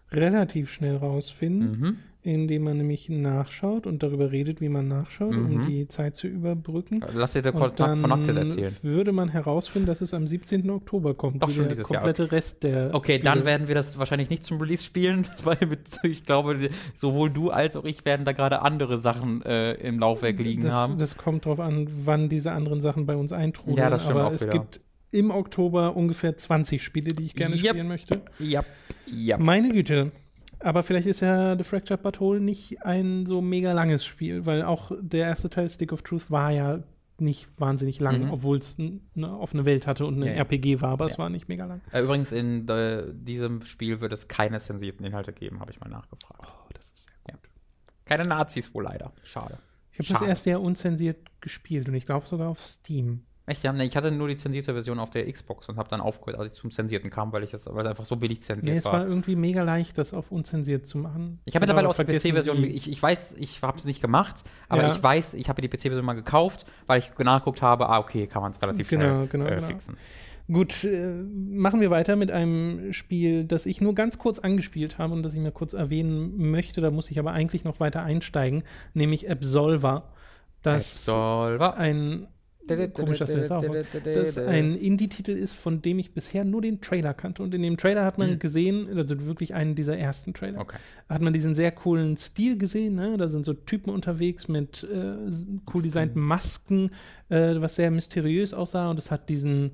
relativ schnell rausfinden, indem man nämlich nachschaut und darüber redet, wie man nachschaut, um die Zeit zu überbrücken. Lass dir den Kontakt von Noctis erzählen. Würde man herausfinden, dass es am 17. Oktober kommt. Doch schon dieses komplette Jahr. Rest der Okay, Spiele. dann werden wir das wahrscheinlich nicht zum Release spielen, weil ich glaube, sowohl du als auch ich werden da gerade andere Sachen im Laufwerk liegen haben. Das kommt drauf an, wann diese anderen Sachen bei uns eintrudeln. Ja, das stimmt aber auch es wieder. gibt im Oktober ungefähr 20 Spiele, die ich gerne spielen möchte. Ja. Meine Güte. Aber vielleicht ist ja The Fractured But Whole nicht ein so mega langes Spiel, weil auch der erste Teil, Stick of Truth, war ja nicht wahnsinnig lang, obwohl es eine offene Welt hatte und ein RPG war, aber es war nicht mega lang. Übrigens, in diesem Spiel wird es keine zensierten Inhalte geben, habe ich mal nachgefragt. Oh, das ist sehr gut. Keine Nazis wohl leider. Schade. Ich habe das erste Jahr unzensiert gespielt und ich glaube sogar auf Steam. Echt? Ja, ich hatte nur die zensierte Version auf der Xbox und habe dann aufgehört, als ich zum Zensierten kam, weil es einfach so billig zensiert war. Es war irgendwie mega leicht, das auf unzensiert zu machen. Ich habe mittlerweile auch die PC-Version, ich weiß, ich habe es nicht gemacht, aber ich weiß, ich habe die PC-Version mal gekauft, weil ich nachgeguckt habe, okay, kann man es relativ schnell fixen. Gut, machen wir weiter mit einem Spiel, das ich nur ganz kurz angespielt habe und das ich mir kurz erwähnen möchte, da muss ich aber eigentlich noch weiter einsteigen, nämlich Absolver. Das ein komisch, dass du das auch das ein Indie-Titel ist, von dem ich bisher nur den Trailer kannte. Und in dem Trailer hat man gesehen, also wirklich einen dieser ersten Trailer, hat man diesen sehr coolen Stil gesehen. Ne? Da sind so Typen unterwegs mit cool designten Masken, was sehr mysteriös aussah. Und es hat diesen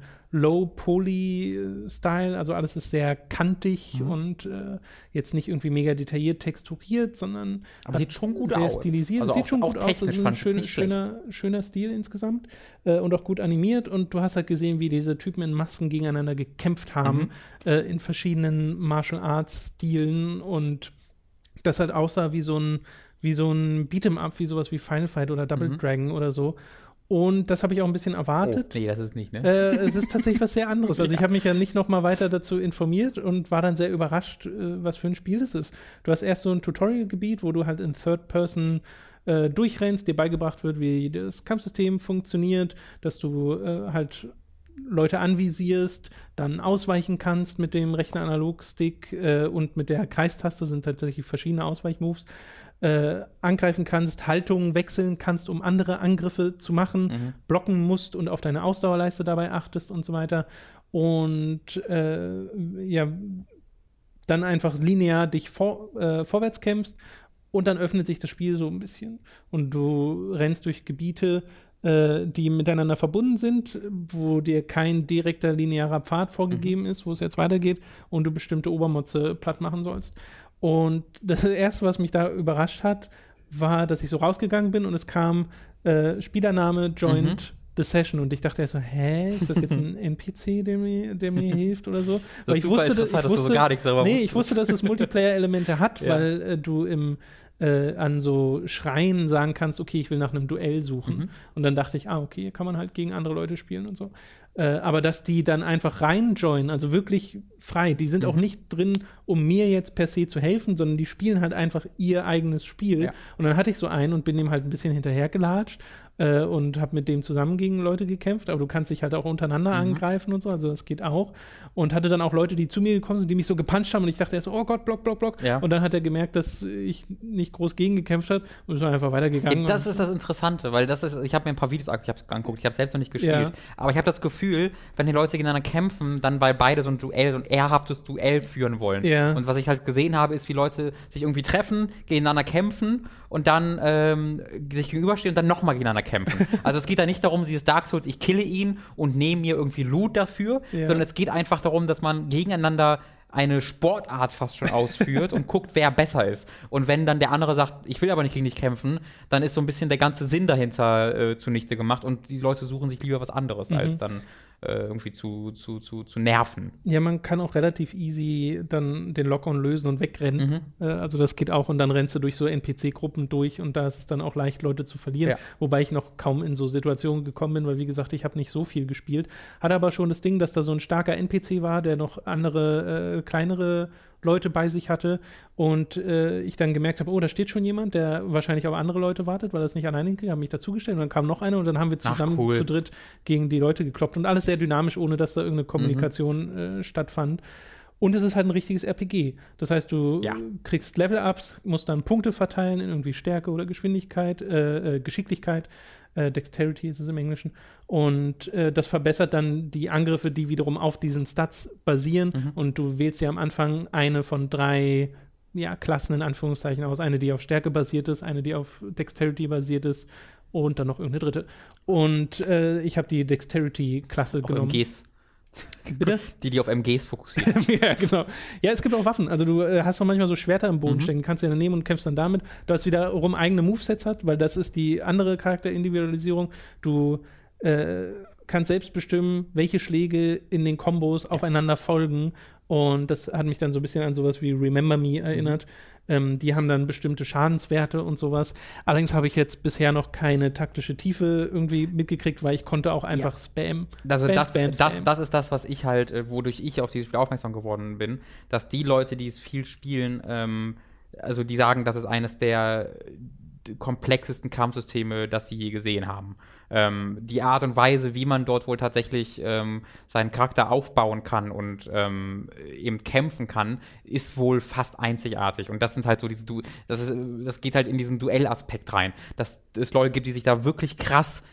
Low-Poly-Style, also alles ist sehr kantig und jetzt nicht irgendwie mega detailliert texturiert, sondern aber sieht schon gut sehr aus. Stilisiert. Also sieht schon auch gut aus. Das ist ein schöner Stil insgesamt und auch gut animiert. Und du hast halt gesehen, wie diese Typen in Masken gegeneinander gekämpft haben in verschiedenen Martial-Arts-Stilen und das halt aussah wie so ein Beat'em-up, wie sowas wie Final Fight oder Double Dragon oder so. Und das habe ich auch ein bisschen erwartet. Oh, nee, das ist nicht, ne? Es ist tatsächlich was sehr anderes. Also ich habe mich ja nicht noch mal weiter dazu informiert und war dann sehr überrascht, was für ein Spiel das ist. Du hast erst so ein Tutorial-Gebiet, wo du halt in Third Person durchrennst, dir beigebracht wird, wie das Kampfsystem funktioniert, dass du halt Leute anvisierst, dann ausweichen kannst mit dem rechten Analogstick und mit der Kreistaste sind tatsächlich verschiedene Ausweichmoves. Angreifen kannst, Haltungen wechseln kannst, um andere Angriffe zu machen, blocken musst und auf deine Ausdauerleiste dabei achtest und so weiter. Und dann einfach linear dich vorwärts kämpfst und dann öffnet sich das Spiel so ein bisschen und du rennst durch Gebiete, die miteinander verbunden sind, wo dir kein direkter linearer Pfad vorgegeben ist, wo es jetzt weitergeht und du bestimmte Obermotze platt machen sollst. Und das Erste, was mich da überrascht hat, war, dass ich so rausgegangen bin und es kam Spielername joined the session und ich dachte erst so, ist das jetzt ein NPC, der mir hilft oder so? Weil ich wusste, dass du so gar nichts darüber wusstest. Ich wusste, dass es Multiplayer-Elemente hat, weil du an so Schreien sagen kannst, okay, ich will nach einem Duell suchen. Und dann dachte ich, okay, hier kann man halt gegen andere Leute spielen und so. Aber dass die dann einfach reinjoinen, also wirklich frei, die sind auch nicht drin, um mir jetzt per se zu helfen, sondern die spielen halt einfach ihr eigenes Spiel. Ja. Und dann hatte ich so einen und bin dem halt ein bisschen hinterhergelatscht und habe mit dem zusammen gegen Leute gekämpft, aber du kannst dich halt auch untereinander angreifen und so, also das geht auch. Und hatte dann auch Leute, die zu mir gekommen sind, die mich so gepuncht haben und ich dachte erst so, oh Gott, Block. Ja. Und dann hat er gemerkt, dass ich nicht groß gegengekämpft habe und ist einfach weitergegangen. Das ist das Interessante, weil ich habe mir ein paar Videos angeguckt, ich habe selbst noch nicht gespielt, aber ich habe das Gefühl, wenn die Leute gegeneinander kämpfen, dann weil beide so ein Duell, so ein ehrhaftes Duell führen wollen. Ja. Und was ich halt gesehen habe, ist, wie Leute sich irgendwie treffen, gegeneinander kämpfen und dann sich gegenüberstehen und dann nochmal gegeneinander kämpfen. Also es geht da nicht darum, dieses Dark Souls, ich kille ihn und nehme mir irgendwie Loot dafür, sondern es geht einfach darum, dass man gegeneinander eine Sportart fast schon ausführt und guckt, wer besser ist. Und wenn dann der andere sagt, ich will aber nicht gegen dich kämpfen, dann ist so ein bisschen der ganze Sinn dahinter zunichte gemacht und die Leute suchen sich lieber was anderes, als dann irgendwie zu nerven. Ja, man kann auch relativ easy dann den Lock-on lösen und wegrennen. Also das geht auch und dann rennst du durch so NPC-Gruppen durch und da ist es dann auch leicht, Leute zu verlieren. Ja. Wobei ich noch kaum in so Situationen gekommen bin, weil wie gesagt, ich habe nicht so viel gespielt. Hatte aber schon das Ding, dass da so ein starker NPC war, der noch andere, kleinere Leute bei sich hatte und ich dann gemerkt habe, da steht schon jemand, der wahrscheinlich auf andere Leute wartet, weil er es nicht alleine hinkriegt, habe mich dazugestellt und dann kam noch einer und dann haben wir zusammen zu dritt gegen die Leute gekloppt und alles sehr dynamisch, ohne dass da irgendeine Kommunikation stattfand. Und es ist halt ein richtiges RPG. Das heißt, du kriegst Level-Ups, musst dann Punkte verteilen in irgendwie Stärke oder Geschwindigkeit, Geschicklichkeit. Dexterity ist es im Englischen. Und das verbessert dann die Angriffe, die wiederum auf diesen Stats basieren. Und du wählst ja am Anfang eine von 3 Klassen in Anführungszeichen aus. Eine, die auf Stärke basiert ist, eine, die auf Dexterity basiert ist und dann noch irgendeine dritte. Und ich habe die Dexterity-Klasse genommen. MGs. Bitte? Die auf MGs fokussieren. Ja, genau. Ja, es gibt auch Waffen. Also du hast doch manchmal so Schwerter im Boden stecken, kannst du ja dann nehmen und kämpfst dann damit. Das wiederum eigene Movesets hat, weil das ist die andere Charakterindividualisierung. Du kannst selbst bestimmen, welche Schläge in den Kombos aufeinander folgen. Und das hat mich dann so ein bisschen an sowas wie Remember Me erinnert. Die haben dann bestimmte Schadenswerte und sowas. Allerdings habe ich jetzt bisher noch keine taktische Tiefe irgendwie mitgekriegt, weil ich konnte auch einfach Spam. Also das ist das, was ich halt, wodurch ich auf dieses Spiel aufmerksam geworden bin, dass die Leute, die es viel spielen, also die sagen, das ist eines der komplexesten Kampfsysteme, das sie je gesehen haben. Die Art und Weise, wie man dort wohl tatsächlich seinen Charakter aufbauen kann und eben kämpfen kann, ist wohl fast einzigartig. Und das sind halt so das geht halt in diesen Duellaspekt rein. Dass es Leute gibt, die sich da wirklich krass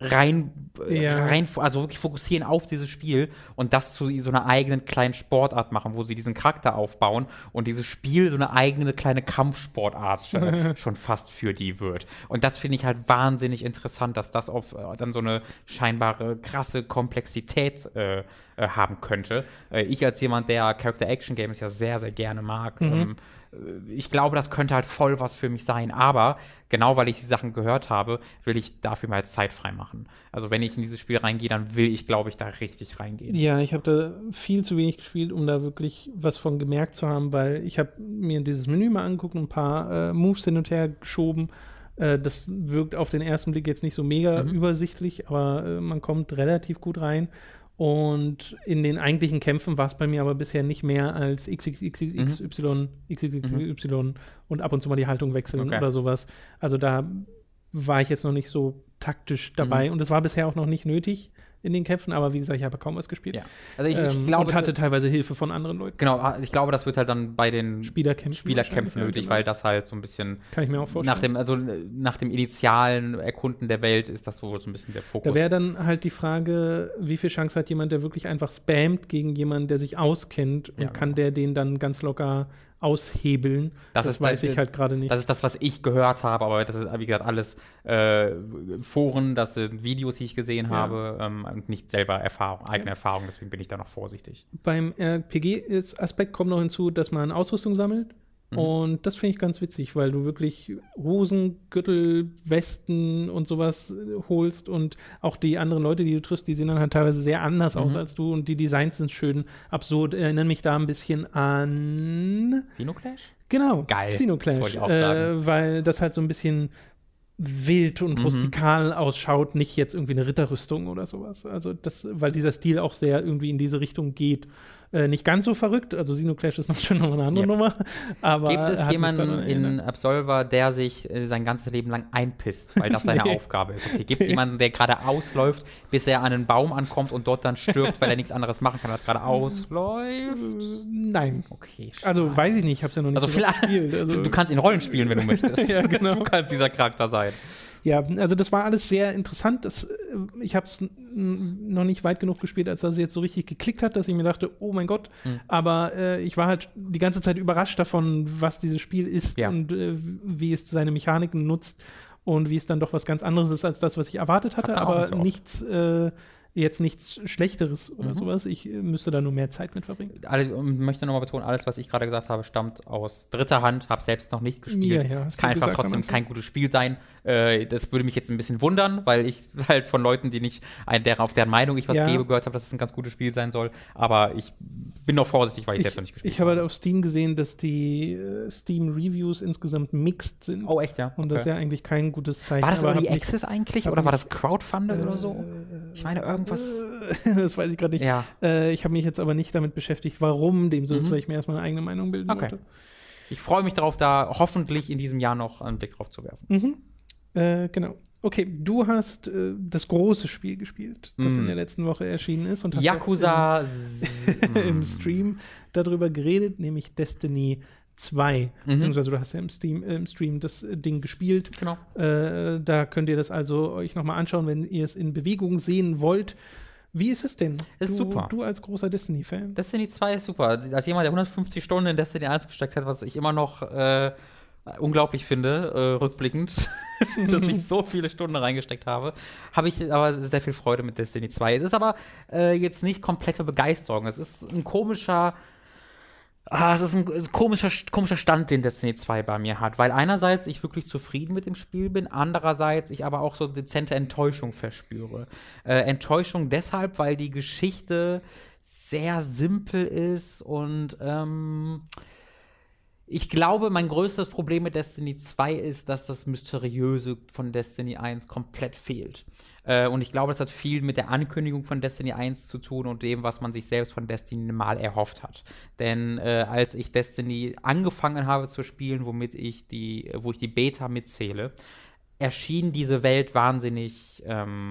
also wirklich fokussieren auf dieses Spiel und das zu so einer eigenen kleinen Sportart machen, wo sie diesen Charakter aufbauen und dieses Spiel so eine eigene kleine Kampfsportart schon fast für die wird. Und das finde ich halt wahnsinnig interessant, dass das auf dann so eine scheinbare krasse Komplexität haben könnte. Ich als jemand, der Character-Action-Games ja sehr, sehr gerne mag, ich glaube, das könnte halt voll was für mich sein, aber genau weil ich die Sachen gehört habe, will ich dafür mal Zeit frei machen. Also wenn ich in dieses Spiel reingehe, dann will ich, glaube ich, da richtig reingehen. Ja, ich habe da viel zu wenig gespielt, um da wirklich was von gemerkt zu haben, weil ich habe mir dieses Menü mal angeguckt und ein paar Moves hin und her geschoben. Das wirkt auf den ersten Blick jetzt nicht so mega übersichtlich, aber man kommt relativ gut rein. Und in den eigentlichen Kämpfen war es bei mir aber bisher nicht mehr als XXXY und ab und zu mal die Haltung wechseln oder sowas. Also da war ich jetzt noch nicht so taktisch dabei und es war bisher auch noch nicht nötig in den Kämpfen, aber wie gesagt, ich habe kaum was gespielt. Ja. Also ich glaube, und hatte teilweise Hilfe von anderen Leuten. Genau, ich glaube, das wird halt dann bei den Spielerkämpfen nötig, weil das halt so ein bisschen kann ich mir auch vorstellen. Nach dem initialen Erkunden der Welt ist das so ein bisschen der Fokus. Da wäre dann halt die Frage, wie viel Chance hat jemand, der wirklich einfach spammt gegen jemanden, der sich auskennt und kann der den dann ganz locker aushebeln. Das weiß ich halt gerade nicht. Das ist das, was ich gehört habe, aber das ist, wie gesagt, alles Foren, das sind Videos, die ich gesehen habe und nicht selber eigene Erfahrung, deswegen bin ich da noch vorsichtig. Beim RPG-Aspekt kommt noch hinzu, dass man Ausrüstung sammelt. Und das finde ich ganz witzig, weil du wirklich Hosen, Gürtel, Westen und sowas holst und auch die anderen Leute, die du triffst, die sehen dann halt teilweise sehr anders aus als du und die Designs sind schön absurd, erinnern mich da ein bisschen an Xenoclash? Genau, geil. Xenoclash, das wollte ich auch sagen. weil das halt so ein bisschen wild und rustikal ausschaut, nicht jetzt irgendwie eine Ritterrüstung oder sowas. Also weil dieser Stil auch sehr irgendwie in diese Richtung geht. Nicht ganz so verrückt, also Xenoclash ist noch schon noch eine andere Nummer. Aber gibt es jemanden in Absolver, der sich sein ganzes Leben lang einpisst, weil das seine Aufgabe ist? Okay, gibt es jemanden, der gerade ausläuft, bis er an einen Baum ankommt und dort dann stirbt, weil er nichts anderes machen kann, als gerade ausläuft? Nein. Okay. Also weiß ich nicht, ich habe es ja noch nicht so gespielt. Also, du kannst in Rollen spielen, wenn du möchtest. Ja, genau. Du kannst dieser Charakter sein. Ja, also das war alles sehr interessant. Ich habe es noch nicht weit genug gespielt, als das jetzt so richtig geklickt hat, dass ich mir dachte, oh mein Gott. Aber ich war halt die ganze Zeit überrascht davon, was dieses Spiel ist und wie es seine Mechaniken nutzt und wie es dann doch was ganz anderes ist als das, was ich erwartet hatte. Aber nichts Schlechteres oder sowas. Ich müsste da nur mehr Zeit mit verbringen. Ich möchte nochmal betonen, alles, was ich gerade gesagt habe, stammt aus dritter Hand, habe selbst noch nicht gespielt. Kann einfach trotzdem kein gutes Spiel sein. Das würde mich jetzt ein bisschen wundern, weil ich halt von Leuten, auf deren Meinung ich was gebe, gehört habe, dass es ein ganz gutes Spiel sein soll. Aber ich bin noch vorsichtig, weil ich selbst noch nicht gespielt habe. Ich habe halt auf Steam gesehen, dass die Steam-Reviews insgesamt mixed sind. Oh, echt, ja? Und das ist ja eigentlich kein gutes Zeichen. War das Early Access eigentlich? Oder war das Crowdfunded oder so? Ich meine, irgendwas. Das weiß ich gerade nicht. Ja. Ich habe mich jetzt aber nicht damit beschäftigt, warum dem so ist, weil ich mir erstmal eine eigene Meinung bilden wollte. Ich freue mich darauf, da hoffentlich in diesem Jahr noch einen Blick drauf zu werfen. Genau. Okay, du hast das große Spiel gespielt, das in der letzten Woche erschienen ist und hast Yakuza im Stream darüber geredet, nämlich Destiny 2. Beziehungsweise du hast ja im Stream das Ding gespielt. Genau. Da könnt ihr das also euch nochmal anschauen, wenn ihr es in Bewegung sehen wollt. Wie ist es denn? Ist super. Du als großer Destiny-Fan. Destiny 2 ist super. Als jemand, der 150 Stunden in Destiny 1 gesteckt hat, was ich immer noch unglaublich finde, rückblickend, dass ich so viele Stunden reingesteckt habe ich aber sehr viel Freude mit Destiny 2. Es ist aber jetzt nicht komplette Begeisterung. Es ist ein komischer komischer Stand, den Destiny 2 bei mir hat, weil einerseits ich wirklich zufrieden mit dem Spiel bin, andererseits ich aber auch so dezente Enttäuschung verspüre. Enttäuschung deshalb, weil die Geschichte sehr simpel ist und ich glaube, mein größtes Problem mit Destiny 2 ist, dass das Mysteriöse von Destiny 1 komplett fehlt. Und ich glaube, das hat viel mit der Ankündigung von Destiny 1 zu tun und dem, was man sich selbst von Destiny mal erhofft hat. Denn als ich Destiny angefangen habe zu spielen, wo ich die Beta mitzähle, erschien diese Welt wahnsinnig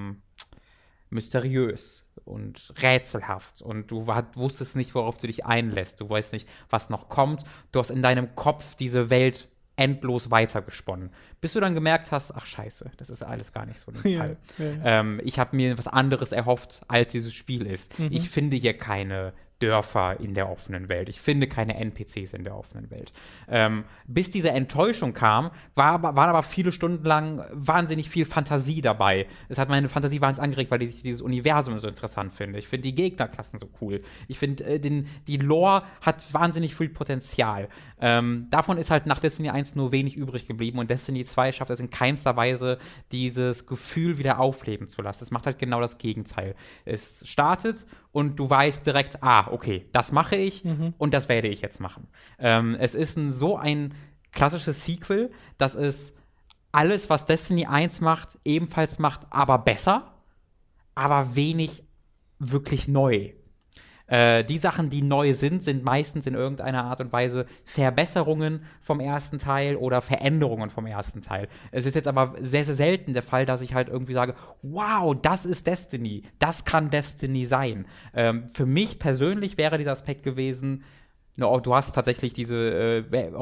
mysteriös und rätselhaft und du wusstest nicht, worauf du dich einlässt. Du weißt nicht, was noch kommt. Du hast in deinem Kopf diese Welt endlos weitergesponnen. Bis du dann gemerkt hast, ach scheiße, das ist alles gar nicht so der Fall. Ja. Ich habe mir was anderes erhofft, als dieses Spiel ist. Ich finde hier keine Dörfer in der offenen Welt. Ich finde keine NPCs in der offenen Welt. Bis diese Enttäuschung kam, waren aber viele Stunden lang wahnsinnig viel Fantasie dabei. Es hat meine Fantasie wahnsinnig angeregt, weil ich dieses Universum so interessant finde. Ich finde die Gegnerklassen so cool. Ich finde, die Lore hat wahnsinnig viel Potenzial. Davon ist halt nach Destiny 1 nur wenig übrig geblieben und Destiny 2 schafft es in keinster Weise, dieses Gefühl wieder aufleben zu lassen. Es macht halt genau das Gegenteil. Es startet und du weißt direkt, okay, das mache ich und das werde ich jetzt machen. Es ist so ein klassisches Sequel, dass es alles, was Destiny 1 macht, ebenfalls macht, aber besser, aber wenig wirklich neu. Die Sachen, die neu sind meistens in irgendeiner Art und Weise Verbesserungen vom ersten Teil oder Veränderungen vom ersten Teil. Es ist jetzt aber sehr, sehr selten der Fall, dass ich halt irgendwie sage, wow, das ist Destiny, das kann Destiny sein. Für mich persönlich wäre dieser Aspekt gewesen, du hast tatsächlich diese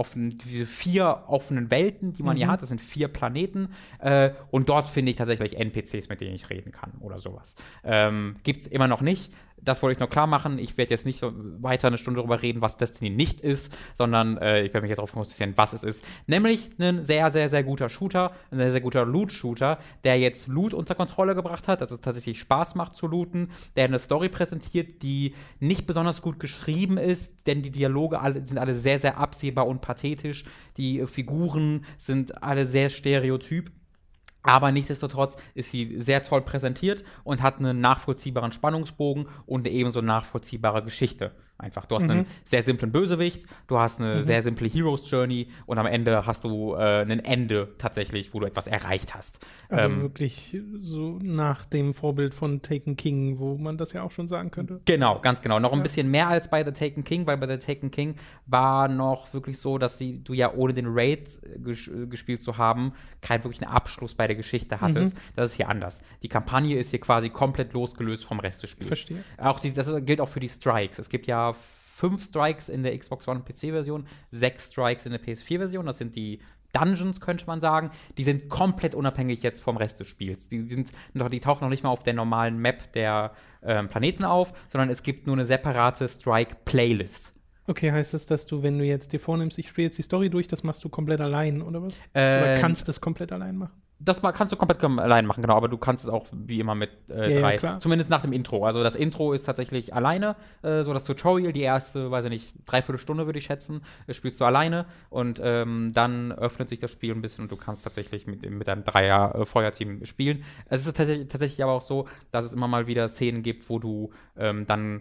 4 offenen Welten, die man hier hat. Das sind 4 Planeten. Und dort finde ich tatsächlich NPCs, mit denen ich reden kann oder sowas. Gibt's immer noch nicht. Das wollte ich noch klar machen. Ich werde jetzt nicht weiter eine Stunde darüber reden, was Destiny nicht ist, sondern ich werde mich jetzt darauf konzentrieren, was es ist. Nämlich ein sehr, sehr, sehr guter Shooter, ein sehr, sehr guter Loot-Shooter, der jetzt Loot unter Kontrolle gebracht hat, dass es tatsächlich Spaß macht zu looten, der eine Story präsentiert, die nicht besonders gut geschrieben ist, denn die Dialoge sind alle sehr, sehr absehbar und pathetisch. Die Figuren sind alle sehr stereotyp. Aber nichtsdestotrotz ist sie sehr toll präsentiert und hat einen nachvollziehbaren Spannungsbogen und eine ebenso nachvollziehbare Geschichte. Einfach, du hast einen sehr simplen Bösewicht, du hast eine sehr simple Heroes Journey und am Ende hast du ein Ende tatsächlich, wo du etwas erreicht hast. Also wirklich so nach dem Vorbild von Taken King, wo man das ja auch schon sagen könnte. Genau, ganz genau. Noch ein bisschen mehr als bei The Taken King, weil bei The Taken King war noch wirklich so, dass du ja ohne den Raid gespielt zu haben, keinen wirklichen Abschluss bei der Geschichte hattest. Das ist hier anders. Die Kampagne ist hier quasi komplett losgelöst vom Rest des Spiels. Verstehe. Das gilt auch für die Strikes. Es gibt ja 5 Strikes in der Xbox One und PC-Version, 6 Strikes in der PS4-Version. Das sind die Dungeons, könnte man sagen. Die sind komplett unabhängig jetzt vom Rest des Spiels. Die tauchen noch nicht mal auf der normalen Map der Planeten auf, sondern es gibt nur eine separate Strike-Playlist. Okay, heißt das, dass du, wenn du jetzt dir vornimmst, ich spiele jetzt die Story durch, das machst du komplett allein, oder was? Oder kannst du das komplett allein machen? Das kannst du komplett allein machen, genau, aber du kannst es auch wie immer mit 3. Ja, zumindest nach dem Intro. Also das Intro ist tatsächlich alleine, so das Tutorial, die erste, weiß ich nicht, 3/4 Stunde würde ich schätzen, spielst du alleine und dann öffnet sich das Spiel ein bisschen und du kannst tatsächlich mit deinem 3er-Feuerteam spielen. Es ist tatsächlich aber auch so, dass es immer mal wieder Szenen gibt, wo du dann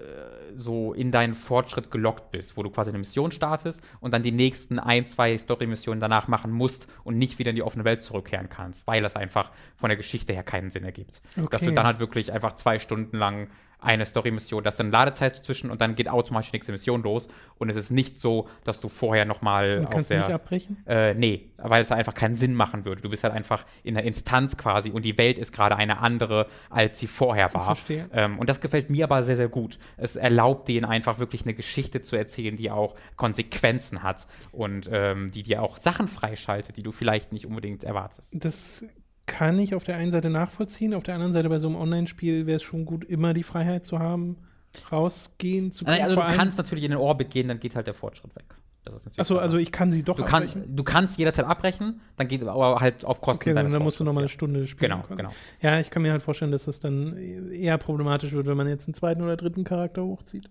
so in deinen Fortschritt gelockt bist, wo du quasi eine Mission startest und dann die nächsten 1, 2 Story-Missionen danach machen musst und nicht wieder in die offene Welt zurückkehren kannst, weil das einfach von der Geschichte her keinen Sinn ergibt. Okay. Dass du dann halt wirklich einfach 2 Stunden lang eine Story-Mission, da ist dann Ladezeit zwischen und dann geht automatisch die nächste Mission los. Und es ist nicht so, dass du vorher nochmal kannst du nicht abbrechen? Nee, weil es da einfach keinen Sinn machen würde. Du bist halt einfach in der Instanz quasi und die Welt ist gerade eine andere, als sie vorher war. Ich verstehe. Und das gefällt mir aber sehr, sehr gut. Es erlaubt denen einfach wirklich eine Geschichte zu erzählen, die auch Konsequenzen hat und die dir auch Sachen freischaltet, die du vielleicht nicht unbedingt erwartest. Das kann ich auf der einen Seite nachvollziehen, auf der anderen Seite bei so einem Online-Spiel wäre es schon gut, immer die Freiheit zu haben, rausgehen zu können. Also du kannst natürlich in den Orbit gehen, dann geht halt der Fortschritt weg. Achso, also ich kann sie doch abbrechen? Du kannst jederzeit abbrechen, dann geht aber halt auf Kosten deines dann musst du nochmal eine Stunde spielen. Genau. Ja, ich kann mir halt vorstellen, dass das dann eher problematisch wird, wenn man jetzt einen zweiten oder dritten Charakter hochzieht.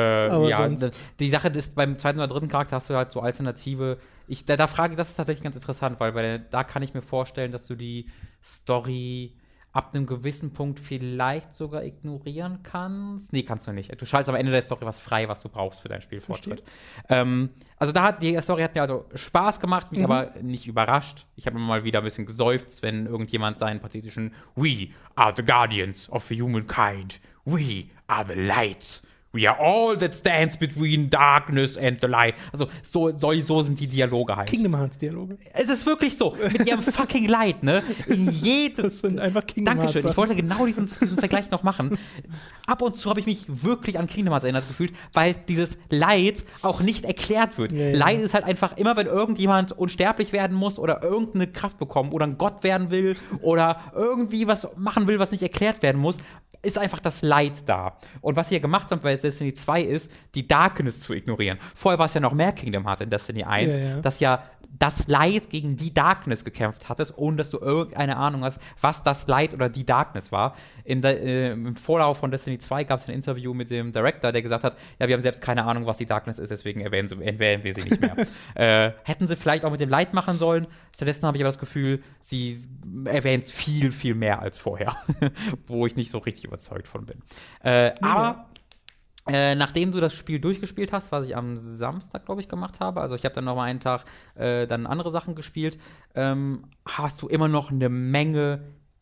Die Sache ist, beim zweiten oder dritten Charakter hast du halt so Alternative. Da frage ich, das ist tatsächlich ganz interessant, weil da kann ich mir vorstellen, dass du die Story ab einem gewissen Punkt vielleicht sogar ignorieren kannst. Nee, kannst du nicht. Du schaltest am Ende der Story was frei, was du brauchst für deinen Spielfortschritt. Also die Story hat mir also Spaß gemacht, mich aber nicht überrascht. Ich habe immer mal wieder ein bisschen geseufzt, wenn irgendjemand seinen pathetischen "We are the guardians of the humankind. We are the lights. We are all that stands between darkness and the light." Also so sind die Dialoge halt. Kingdom Hearts Dialoge. Es ist wirklich so. Mit ihrem fucking Light, ne? In jedem. Das sind einfach Kingdom Hearts. Dankeschön. Ich wollte genau diesen Vergleich noch machen. Ab und zu habe ich mich wirklich an Kingdom Hearts erinnert gefühlt, weil dieses Light auch nicht erklärt wird. Ja. Light ist halt einfach immer, wenn irgendjemand unsterblich werden muss oder irgendeine Kraft bekommen oder ein Gott werden will oder irgendwie was machen will, was nicht erklärt werden muss, ist einfach das Light da. Und was ihr gemacht habt bei Destiny 2 ist, die Darkness zu ignorieren. Vorher war es ja noch mehr Kingdom Hearts in Destiny 1, dass ja das Light gegen die Darkness gekämpft hattest, ohne dass du irgendeine Ahnung hast, was das Light oder die Darkness war. Im Vorlauf von Destiny 2 gab es ein Interview mit dem Director, der gesagt hat, ja, wir haben selbst keine Ahnung, was die Darkness ist, deswegen erwähnen wir sie nicht mehr. Hätten sie vielleicht auch mit dem Light machen sollen. Stattdessen habe ich aber das Gefühl, sie erwähnen es viel, viel mehr als vorher, wo ich nicht so richtig überzeugt von bin. Aber nachdem du das Spiel durchgespielt hast, was ich am Samstag, glaube ich, gemacht habe, also ich habe dann noch mal einen Tag dann andere Sachen gespielt, hast du immer noch eine Menge